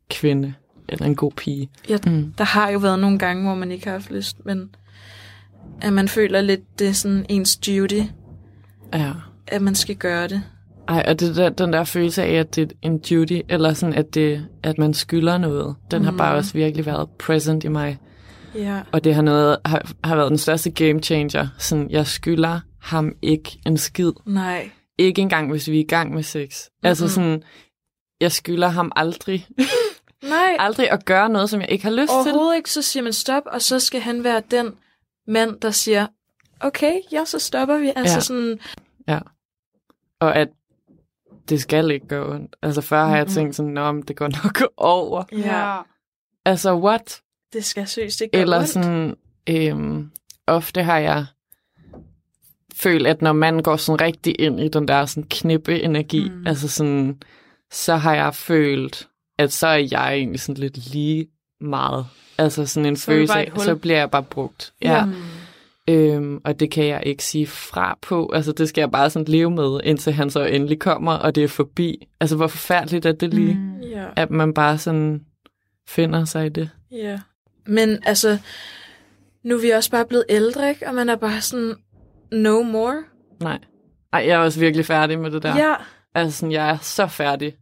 kvinde eller en god pige. Ja, der har jo været nogle gange, hvor man ikke har haft lyst, men at man føler lidt, det er sådan ens duty, at man skal gøre det. Ej, og den der følelse af, at det er en duty, eller sådan, at man skylder noget, den har bare også virkelig været present i mig. Ja. Og det har været den største game changer. Sådan, jeg skylder ham ikke en skid. Nej. Ikke engang, hvis vi er i gang med sex. Altså sådan, jeg skylder ham aldrig. Nej. Aldrig at gøre noget, som jeg ikke har lyst til. Overhovedet ikke, så siger man stop, og så skal han være den mand, der siger, okay, ja, så stopper vi. Altså sådan... Ja. Og at det skal ikke gøre ondt. Altså før har jeg tænkt sådan, men det går nok over. Ja. Altså, what? Det skal seriøst ikke gøre eller ondt. Sådan, ofte har jeg følt, at når man går sådan rigtig ind i den der sådan knippe-energi, altså sådan, så har jeg følt, at så er jeg egentlig sådan lidt lige meget. Altså sådan en følelse af, så bliver jeg bare brugt. Ja. Og det kan jeg ikke sige fra på. Altså det skal jeg bare sådan leve med, indtil han så endelig kommer, og det er forbi. Altså hvor forfærdeligt er det lige, at man bare sådan finder sig i det. Ja. Men altså, nu er vi også bare blevet ældre, ikke? Og man er bare sådan, no more. Nej. Ej, jeg er også virkelig færdig med det der. Ja. Altså sådan, jeg er så færdig.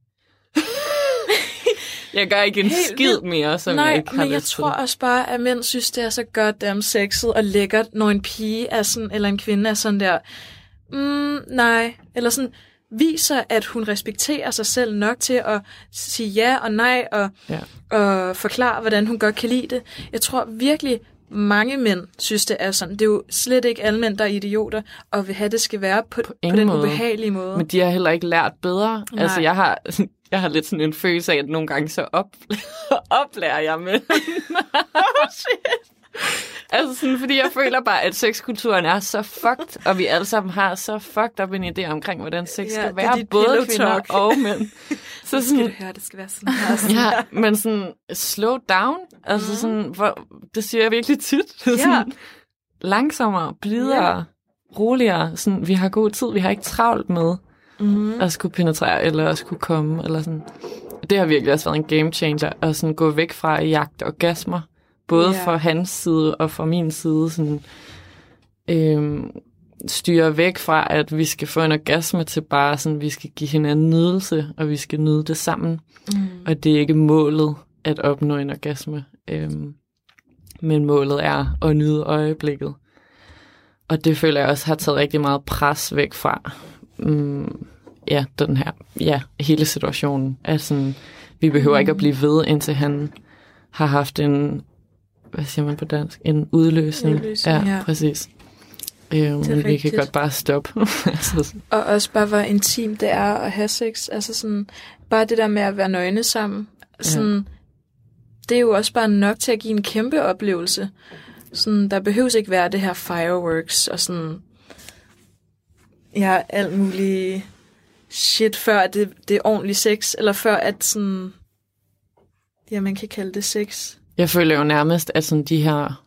Jeg gør ikke en skid mere, som jeg ikke har lyst til. Nej, men jeg tror også bare, at mænd synes, det er så goddamn sexet og lækkert, når en pige er sådan, eller en kvinde er sådan der, nej, eller sådan, viser, at hun respekterer sig selv nok til at sige ja og nej, og forklare, hvordan hun godt kan lide det. Jeg tror virkelig, mange mænd synes, det er sådan. Det er jo slet ikke alle mænd, der er idioter, og vil have, det skal være på den ubehagelige måde. Men de har heller ikke lært bedre. Nej. Altså, jeg har lidt sådan en følelse af, at nogle gange så oplærer jeg med. Shit. Altså sådan, fordi jeg føler bare, at sexkulturen er så fucked, og vi alle sammen har så fucked up en idé omkring, hvordan sex skal være, både kvinder og mænd. Så sådan, skal du høre, det skal være sådan her. Sådan ja, men sådan, slow down. Altså sådan, det siger jeg virkelig tit. Sådan, langsommere, blidere, roligere. Sådan, vi har god tid, vi har ikke travlt med at skulle penetrere, eller at skulle komme, eller sådan. Det har virkelig også været en game changer, at sådan gå væk fra at jagte orgasmer. Både fra hans side og fra min side, sådan, styre væk fra, at vi skal få en orgasme til bare sådan, vi skal give hinanden nydelse, og vi skal nyde det sammen. Og det er ikke målet at opnå en orgasme, men målet er at nyde øjeblikket. Og det føler jeg også har taget rigtig meget pres væk fra, den her, hele situationen. Altså, vi behøver ikke at blive ved, indtil han har haft en, hvad siger man på dansk? En udløsning. Ja, præcis. Men vi kan godt bare stoppe. Og også bare, hvor intimt det er at have sex. Altså sådan, bare det der med at være nøgne sammen. Sådan, det er jo også bare nok til at give en kæmpe oplevelse. Sådan, der behøves ikke være det her fireworks og sådan, alt muligt shit, før at det er ordentlig sex, eller før at sådan, man kan kalde det sex. Jeg føler jo nærmest, at sådan de her,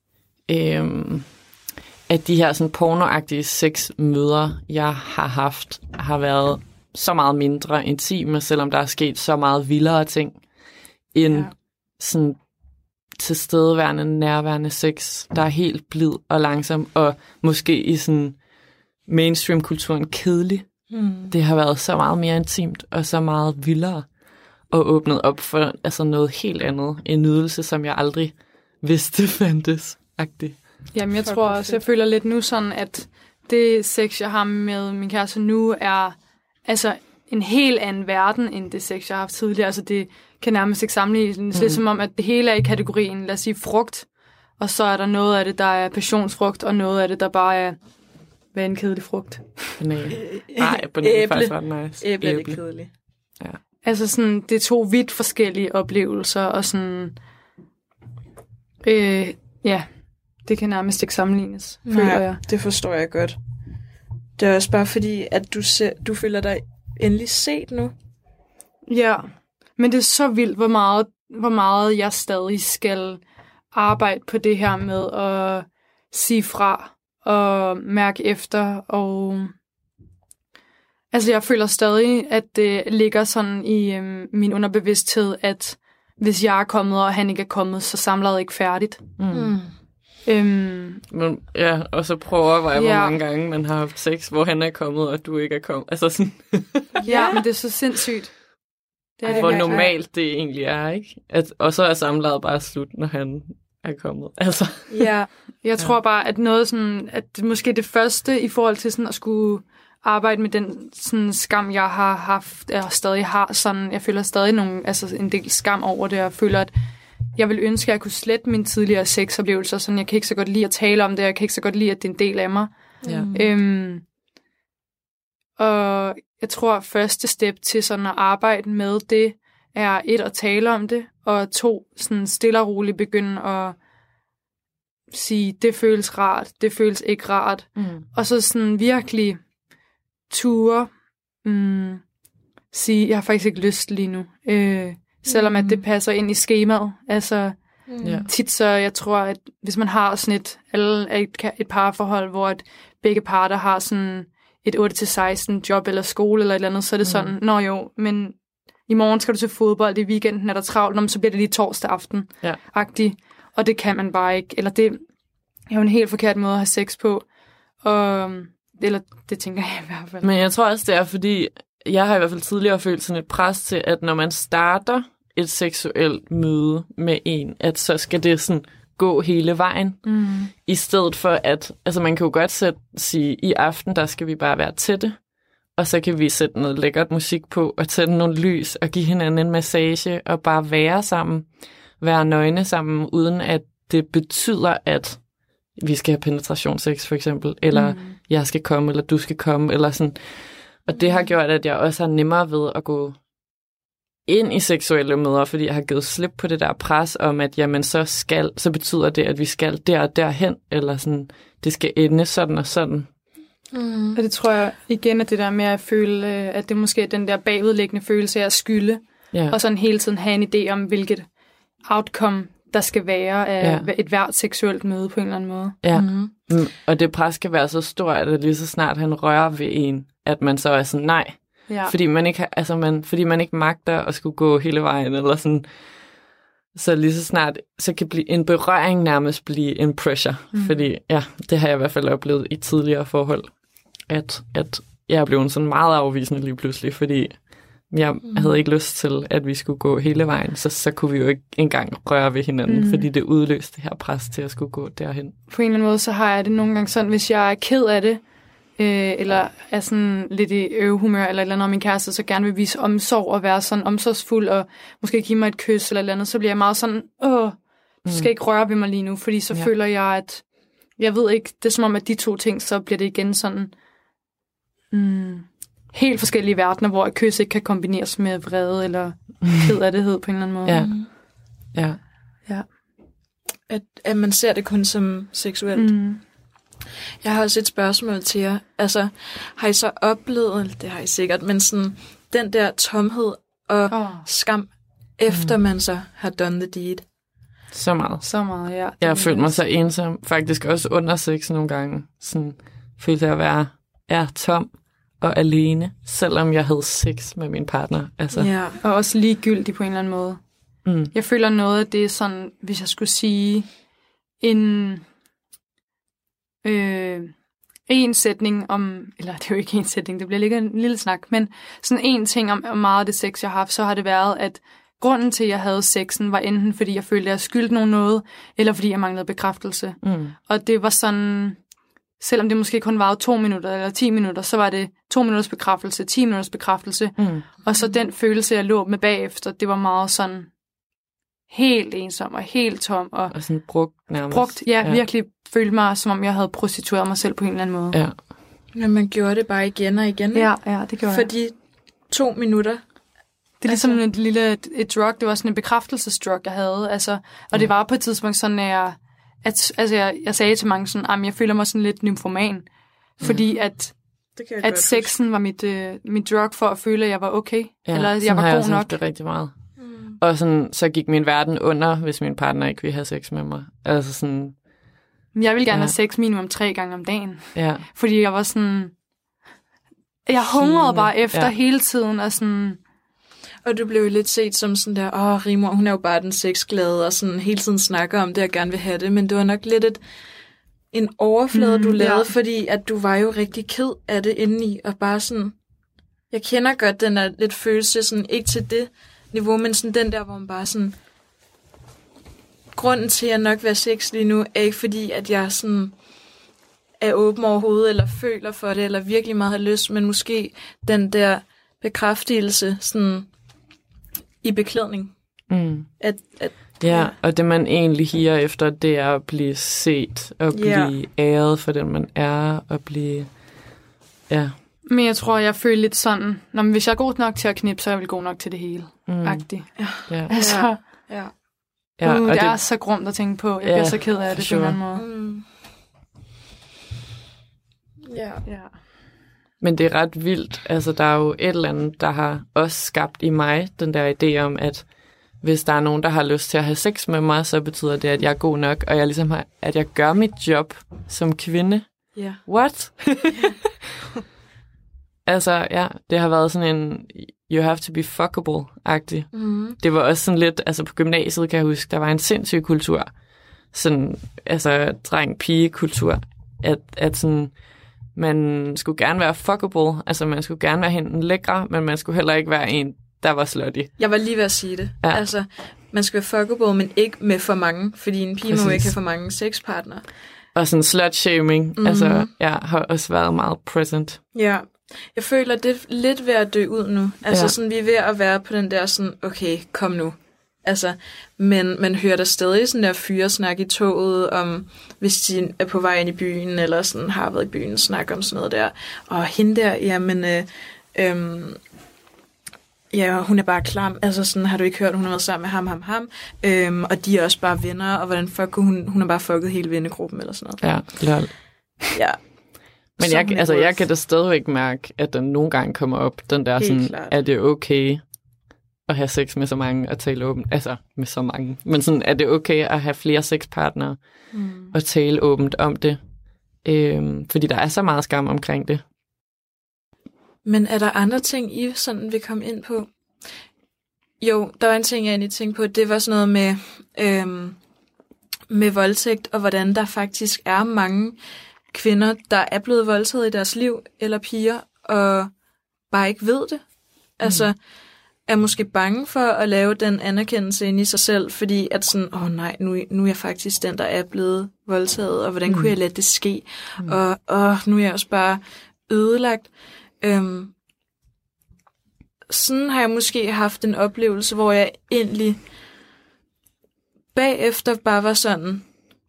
sådan pornoagtige sexmøder, jeg har haft, har været så meget mindre intime, selvom der er sket så meget vildere ting, end sådan tilstedeværende, nærværende sex, der er helt blid og langsom, og måske i sådan mainstream-kulturen kedelig. Det har været så meget mere intimt, og så meget vildere, og åbnet op for noget helt andet. En nydelse, som jeg aldrig vidste fandtes-agtigt. Jamen, jeg tror også, jeg føler lidt nu sådan, at det sex, jeg har med min kæreste nu, er altså en helt anden verden, end det sex, jeg har haft tidligere. Altså, det kan nærmest ikke sammenlignes. Lidt som om, at det hele er i kategorien, lad os sige, frugt. Og så er der noget af det, der er passionsfrugt, og noget af det, der bare er, hvad er en kedelig frugt? Nej, banan faktisk ret nice. Æble er det kedeligt. Ja. Altså sådan, det er to vidt forskellige oplevelser, og sådan, det kan nærmest ikke sammenlignes, føler jeg. Det forstår jeg godt. Det er også bare fordi, at du føler dig endelig set nu. Ja, men det er så vildt, hvor meget jeg stadig skal arbejde på det her med at sige fra og mærke efter, og altså jeg føler stadig, at det ligger sådan i min underbevidsthed, at hvis jeg er kommet, og han ikke er kommet, så samlejet ikke færdigt. Men, ja, og så prøv at overveje, hvor mange gange man har haft sex, hvor han er kommet, og du ikke er kommet. Altså sådan. Ja, men det er så sindssygt. Det er hvor normalt det egentlig er, ikke? Og så er samlejet bare slut, når han er kommet. Altså. Ja, jeg tror bare, at noget sådan, at måske det første i forhold til sådan at skulle arbejde med den sådan skam, jeg har haft, og stadig har, sådan, jeg føler stadig en del skam over det, og jeg føler, at jeg vil ønske, at jeg kunne slette mine tidligere sexoplevelser, sådan jeg kan ikke så godt lide at tale om det, jeg kan ikke så godt lide, at det er en del af mig. Ja. Og jeg tror, at første step til sådan at arbejde med det, er 1, at tale om det, og 2, sådan stille og roligt begynde at sige, det føles rart, det føles ikke rart. Og så sådan virkelig ture, sige, jeg har faktisk ikke lyst lige nu. Selvom at det passer ind i skemaet. Altså, tit så, jeg tror, at hvis man har sådan et parforhold, hvor at begge parter har sådan et 8-16 job eller skole eller et eller andet, så er det sådan, nå jo, men i morgen skal du til fodbold, i weekenden er der travlt, så bliver det lige torsdag aften-agtigt. Og det kan man bare ikke. Eller det er jo en helt forkert måde at have sex på. Eller det tænker jeg i hvert fald. Men jeg tror også, det er fordi, jeg har i hvert fald tidligere følt sådan et pres til, at når man starter et seksuelt møde med en, at så skal det sådan gå hele vejen. I stedet for at, altså man kan jo godt sige, i aften, der skal vi bare være tætte, og så kan vi sætte noget lækkert musik på, og tænde nogle lys, og give hinanden en massage, og bare være sammen, være nøgne sammen, uden at det betyder, at vi skal have penetrationssex for eksempel, eller jeg skal komme, eller du skal komme, eller sådan. Og det har gjort, at jeg også har nemmere ved at gå ind i seksuelle møder, fordi jeg har givet slip på det der pres om, at jamen så betyder det, at vi skal der og derhen, eller sådan, det skal ende sådan og sådan. Og det tror jeg igen, at det der med at føle, at det måske er den der bagvedliggende følelse af at skylde, og sådan hele tiden have en idé om, hvilket outcome der skal være af et hvert seksuelt møde på en eller anden måde. Ja, og det pres kan være så stort, at lige så snart han rører ved en, at man så er sådan, nej. Ja. Fordi man ikke fordi man ikke magter at skulle gå hele vejen, eller sådan. Så lige så snart, så kan en berøring nærmest blive en pressure. Fordi, det har jeg i hvert fald oplevet i tidligere forhold. At jeg er blevet sådan meget afvisende lige pludselig, fordi jeg havde ikke lyst til, at vi skulle gå hele vejen. Så kunne vi jo ikke engang røre ved hinanden, fordi det udløste det her pres til at skulle gå derhen. På en eller anden måde, så har jeg det nogle gange sådan, hvis jeg er ked af det, eller er sådan lidt i øvehumør, eller et eller andet, og min kæreste så gerne vil vise omsorg og være sådan omsorgsfuld, og måske give mig et kys eller et eller andet, så bliver jeg meget sådan, du skal ikke røre ved mig lige nu, fordi så føler jeg, at jeg ved ikke, det er som om, at de to ting, så bliver det igen sådan helt forskellige verdener, hvor et kys ikke kan kombineres med vrede eller kedattighed på en eller anden måde. Ja. At man ser det kun som seksuelt. Jeg har også et spørgsmål til jer. Altså, har I så oplevet, det har I sikkert, men sådan den der tomhed og skam, efter man så har done the deed? Så meget. Så meget, ja. Jeg har følt mig så ensom, faktisk også under sex nogle gange. Sådan følte jeg at være tom og alene, selvom jeg havde sex med min partner. Altså. Ja, og også ligegyldig på en eller anden måde. Jeg føler noget af det sådan, hvis jeg skulle sige en sætning om, eller det er jo ikke en sætning, det bliver lidt en lille snak, men sådan en ting om meget af det sex, jeg har haft, så har det været, at grunden til, at jeg havde sexen, var enten fordi jeg følte, at jeg skyldte nogen noget, eller fordi jeg manglede bekræftelse. Og det var sådan, selvom det måske kun varede 2 minutter eller 10 minutter, så var det 2 minutters bekræftelse, 10 minutters bekræftelse. Og så den følelse, jeg lå med bagefter, det var meget sådan helt ensom og helt tom. Og sådan brugt nærmest. Brugt, virkelig følte mig, som om jeg havde prostitueret mig selv på en eller anden måde. Ja. Men man gjorde det bare igen og igen. Ja, det gjorde jeg. Fordi 2 minutter. Det er ligesom et drug, det var sådan en bekræftelsesdrug, jeg havde. Altså, og det var på et tidspunkt sådan, at jeg sagde til mange sådan, jeg føler mig sådan lidt nymfoman. Fordi at sexen var mit drug for at føle, at jeg var okay. Eller at jeg var god nok. Det rigtig meget. Og sådan, så gik min verden under, hvis min partner ikke ville have sex med mig. Altså sådan. Jeg ville gerne have sex minimum 3 gange om dagen. Ja. Fordi jeg var sådan. Jeg hungrede bare efter hele tiden. Og sådan. Og du blev jo lidt set som sådan der, Rigmor, hun er jo bare den sexglade, og sådan hele tiden snakker om det, og gerne vil have det, men det var nok lidt en overflade, du lavede, fordi at du var jo rigtig ked af det indeni, og bare sådan, jeg kender godt den der lidt følelse, sådan ikke til det niveau, men sådan den der, hvor man bare sådan, grunden til, at jeg nok vil have sex lige nu, er ikke fordi, at jeg sådan er åben overhovedet, eller føler for det, eller virkelig meget har lyst, men måske den der bekræftelse sådan i beklædning. Ja, og det man egentlig higer efter, det er at blive set, og blive æret for den man er, og blive... Ja. Men jeg tror, jeg føler lidt sådan, hvis jeg er god nok til at knippe, så er jeg vel god nok til det hele. Agtigt. Ja. Altså, ja, og det er så grumt at tænke på. Jeg bliver så ked af det på en anden måde. Ja. Men det er ret vildt. Altså, der er jo et eller andet, der har også skabt i mig den der idé om, at hvis der er nogen, der har lyst til at have sex med mig, så betyder det, at jeg er god nok, og jeg ligesom at jeg gør mit job som kvinde. Yeah. What? Altså, ja, det har været sådan en you have to be fuckable-agtig. Det var også sådan lidt, altså på gymnasiet kan jeg huske, der var en sindssyg kultur. Sådan, altså dreng-pige-kultur. At sådan, man skulle gerne være fuckable, altså man skulle gerne være hende lækre, men man skulle heller ikke være en, der var slutty. Jeg var lige ved at sige det. Ja. Altså, man skal være fuckable, men ikke med for mange, fordi en pige må ikke have for mange sexpartnere. Og sådan slut-shaming, altså, har også været meget present. Ja, jeg føler, det er lidt ved at dø ud nu. Altså, sådan, vi er ved at være på den der sådan, okay, kom nu. Altså, men man hører der stadig sådan der fyresnak i toget om, hvis de er på vej ind i byen, eller sådan har været i byen, snakker om sådan noget der. Og hende der, jamen, hun er bare klam. Altså sådan, har du ikke hørt, hun har været sammen med ham. Og de er også bare venner, og hvordan fuck hun har bare fucket hele vennegruppen, eller sådan noget. Ja, lol. Ja. Men jeg kan da stadigvæk mærke, at den nogle gange kommer op, den der sådan, er det okay at have sex med så mange og tale åbent? Altså, med så mange. Men sådan, er det okay at have flere sexpartnere og tale åbent om det? Fordi der er så meget skam omkring det. Men er der andre ting, I sådan vil komme ind på? Jo, der var en ting, jeg egentlig tænkte på. Det var sådan noget med voldtægt, og hvordan der faktisk er mange kvinder, der er blevet voldtaget i deres liv, eller piger, og bare ikke ved det. Altså, er måske bange for at lave den anerkendelse ind i sig selv, fordi at sådan, nej, nu er jeg faktisk den, der er blevet voldtaget, og hvordan kunne jeg lade det ske? Og nu er jeg også bare ødelagt. Sådan har jeg måske haft en oplevelse, hvor jeg egentlig bagefter bare var sådan,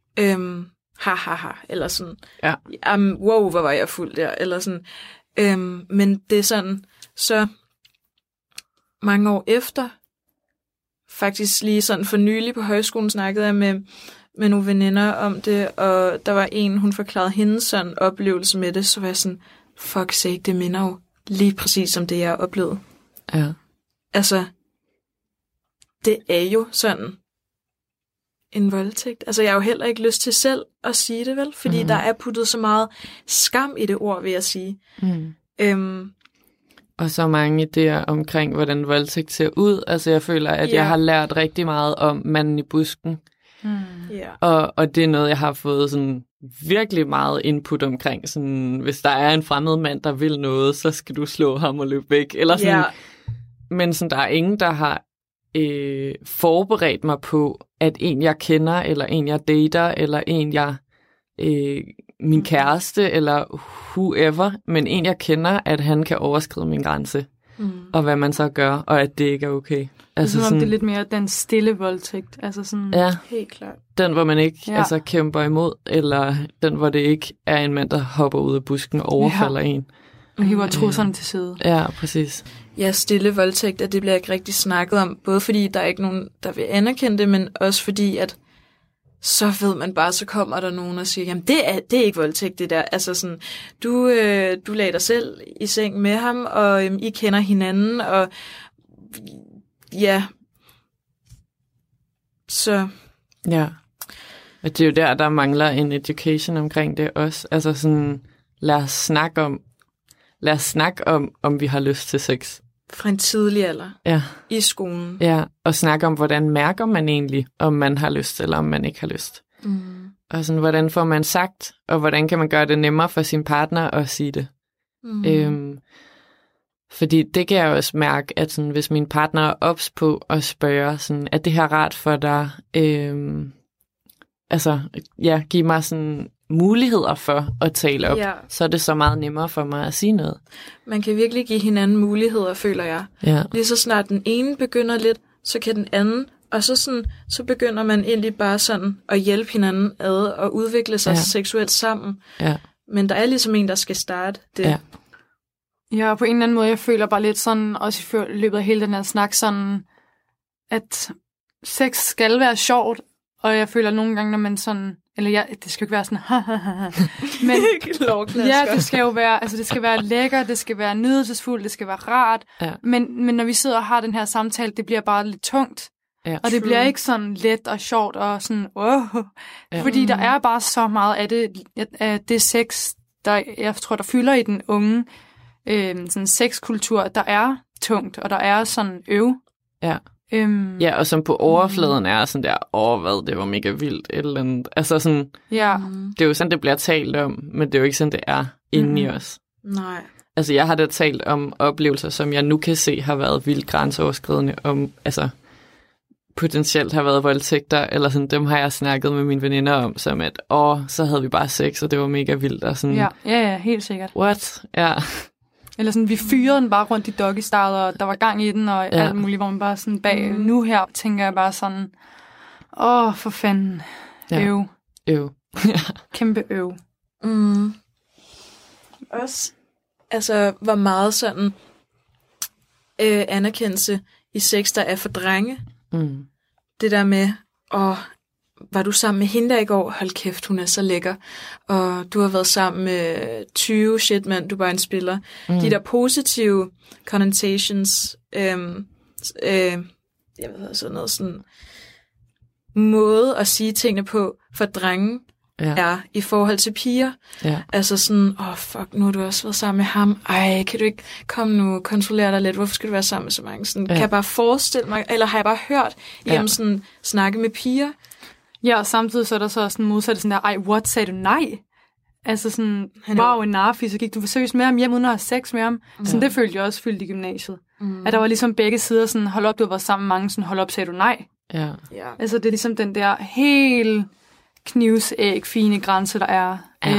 eller sådan, wow, hvor var jeg fuld der, eller sådan. Men det er sådan, så mange år efter, faktisk lige sådan for nylig på højskolen, snakkede jeg med nogle veninder om det, og der var en, hun forklarede hendes sådan oplevelse med det, så var jeg sådan, fuck sake, det minder jo lige præcis om det, jeg har oplevet. Ja. Altså, det er jo sådan en voldtægt. Altså, jeg har jo heller ikke lyst til selv at sige det, vel? Fordi der er puttet så meget skam i det ord, vil jeg sige. Og så mange idéer omkring, hvordan voldtægt ser ud. Altså, jeg føler, at jeg har lært rigtig meget om manden i busken. Og det er noget, jeg har fået sådan virkelig meget input omkring. Sådan, hvis der er en fremmed mand, der vil noget, så skal du slå ham og løbe væk. Eller sådan. Men sådan, der er ingen, der har forberedt mig på, at en, jeg kender, eller en, jeg dater, eller en, jeg min kæreste, eller whoever, men en, jeg kender, at han kan overskride min grænse. Og hvad man så gør, og at det ikke er okay. Altså det er som om det er lidt mere den stille voldtægt. Altså sådan, ja, helt klart. Den, hvor man ikke kæmper imod, eller den, hvor det ikke er en mand, der hopper ud af busken og overfalder en. Og hiver trusserne til side. Ja, præcis. Ja, stille voldtægt, at det bliver ikke rigtig snakket om, både fordi der er ikke nogen, der vil anerkende det, men også fordi, at så ved man bare, så kommer der nogen og siger, jamen det er ikke voldtægt, det der. Altså sådan, du lagde dig selv i seng med ham, og I kender hinanden, og ja. Så. Ja. Og det er jo der mangler en education omkring det også. Altså sådan, lad os snakke om, om vi har lyst til sex. fra en tidlig alder Ja. i skolen. Ja, og snakke om, hvordan mærker man egentlig, om man har lyst, eller om man ikke har lyst. Mm. Og sådan, hvordan får man sagt, og hvordan kan man gøre det nemmere for sin partner at sige det. Fordi det kan jeg også mærke, at sådan, hvis min partner er ops på at spørge, sådan, er det her rart for dig? Give mig sådan muligheder for at tale op, så er det så meget nemmere for mig at sige noget. Man kan virkelig give hinanden muligheder, føler jeg. Ja. Lige så snart den ene begynder lidt, så kan den anden, og så begynder man egentlig bare sådan at hjælpe hinanden ad og udvikle sig seksuelt sammen. Ja. Men der er ligesom en, der skal starte det. Ja. Ja, på en eller anden måde, jeg føler bare lidt sådan, også i løbet af hele den her snak, sådan, at sex skal være sjovt, og jeg føler nogle gange, når man sådan, eller ja, det skal jo ikke være sådan, men ja, det skal jo være, altså det skal være lækkert, det skal være nydelsesfuldt, det skal være rart, men når vi sidder og har den her samtale, det bliver bare lidt tungt, og det bliver ikke sådan let og sjovt og sådan, fordi der er bare så meget af det sex, der jeg tror, der fylder i den unge sådan sexkultur, der er tungt, og der er sådan Ja. Ja, og som på overfladen er sådan der, hvad, det var mega vildt, et eller andet. Altså sådan, det er jo sådan, det bliver talt om, men det er jo ikke sådan, det er inde i os. Nej. Altså, jeg har da talt om oplevelser, som jeg nu kan se har været vildt grænseoverskridende, om, altså, potentielt har været voldtægter, eller sådan, dem har jeg snakket med mine veninder om, som at, så havde vi bare sex, og det var mega vildt, og sådan. Ja, helt sikkert. What? Ja. Eller sådan, vi fyrede den bare rundt i doggy-style, og der var gang i den, og alt muligt, hvor man bare sådan bag. Nu her tænker jeg bare sådan, for fanden, øv. Kæmpe øv. Også, altså, hvor meget sådan anerkendelse i sex, der er for drenge. Det der med, var du sammen med hende der i går? Hold kæft, hun er så lækker. Og du har været sammen med 20 shitmænd, du er bare en spiller. De der positive connotations, jeg ved sådan noget sådan måde at sige tingene på for drenge er i forhold til piger. Altså sådan, fuck, nu har du også været sammen med ham. Ej, kan du ikke komme nu, kontrollere dig lidt? Hvorfor skal du være sammen med så mange? Sådan, kan jeg bare forestille mig, eller har jeg bare hørt igennem sådan snakke med piger? Ja, og samtidig så er der så sådan modsatte sådan der, what, sagde du nej? Altså sådan, wow, en narfi, så gik du forsøges med ham hjem, uden at have sex med ham. Sådan, det følte jeg også fyldt i gymnasiet. At der var ligesom begge sider sådan, hold op, du har været sammen med mange, sådan, hold op, sagde du nej? Ja. Altså, det er ligesom den der helt knivsæg, fine grænse, der er.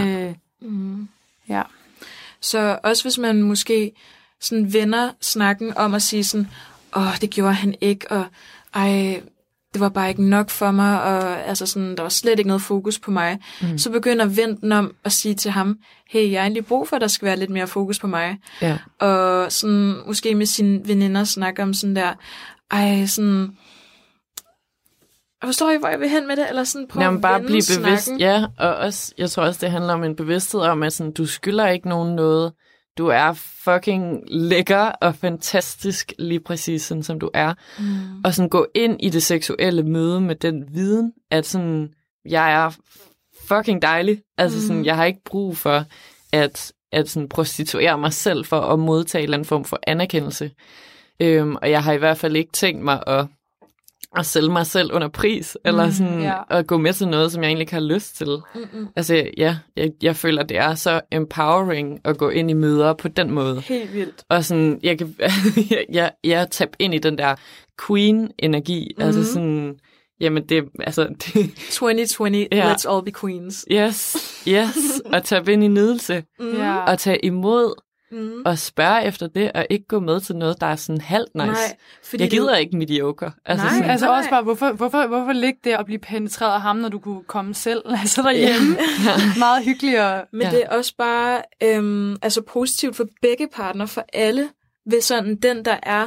Så også hvis man måske sådan vender snakken om at sige sådan, det gjorde han ikke, og det var bare ikke nok for mig, og altså sådan, der var slet ikke noget fokus på mig. Så begynder Venten om at sige til ham, hey, jeg har egentlig brug for, at der skal være lidt mere fokus på mig. Og sådan, måske med sine veninder snakke om sådan der, sådan, forstår I, hvor jeg vil hen med det? Eller sådan, prøv at bare blive bevidst. Snakken. Ja, og også, jeg tror også, det handler om en bevidsthed om, at sådan, du skylder ikke nogen noget. Du er fucking lækker og fantastisk, lige præcis sådan, som du er. Og sådan gå ind i det seksuelle møde med den viden, at sådan, jeg er fucking dejlig. Altså sådan, jeg har ikke brug for at sådan, prostituere mig selv for at modtage en eller anden form for anerkendelse. Og jeg har i hvert fald ikke tænkt mig at sælge mig selv under pris, eller sådan at gå med til noget, som jeg egentlig ikke har lyst til. Altså, jeg føler, det er så empowering at gå ind i møder på den måde. Helt vildt. Og sådan, jeg kan jeg taber ind i den der queen-energi. Altså sådan, jamen det, altså... 2020, let's all be queens. Yes. Og tabe ind i nydelse. Og tage imod og spørge efter det, og ikke gå med til noget, der er sådan halvt nice. Nej, jeg gider ikke mediocre. Altså, nej, altså også bare, hvorfor ligge der og blive penetreret af ham, når du kunne komme selv? Altså derhjemme. Meget hyggeligere. Men det er også bare altså positivt for begge partner, for alle, hvis sådan den, der er,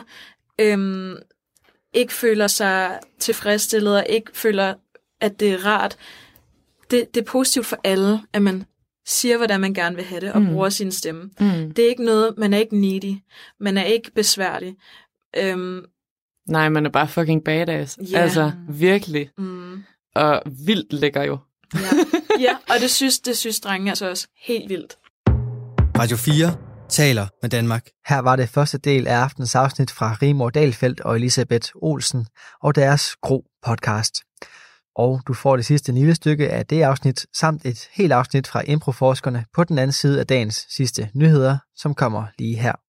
ikke føler sig tilfredsstillet, og ikke føler, at det er rart. Det er positivt for alle, at man siger, hvordan man gerne vil have det, og bruger sin stemme. Det er ikke noget, man er ikke needy, man er ikke besværlig. Nej, man er bare fucking badass. Altså, virkelig. Og vildt lækker jo. Ja, og det synes drenge altså også helt vildt. Radio 4 taler med Danmark. Her var det første del af aftens afsnit fra Rigmor Dahlfeldt og Elisabeth Olsen og deres Gro podcast. Og du får det sidste lille stykke af det afsnit, samt et helt afsnit fra Improforskerne på den anden side af dagens sidste nyheder, som kommer lige her.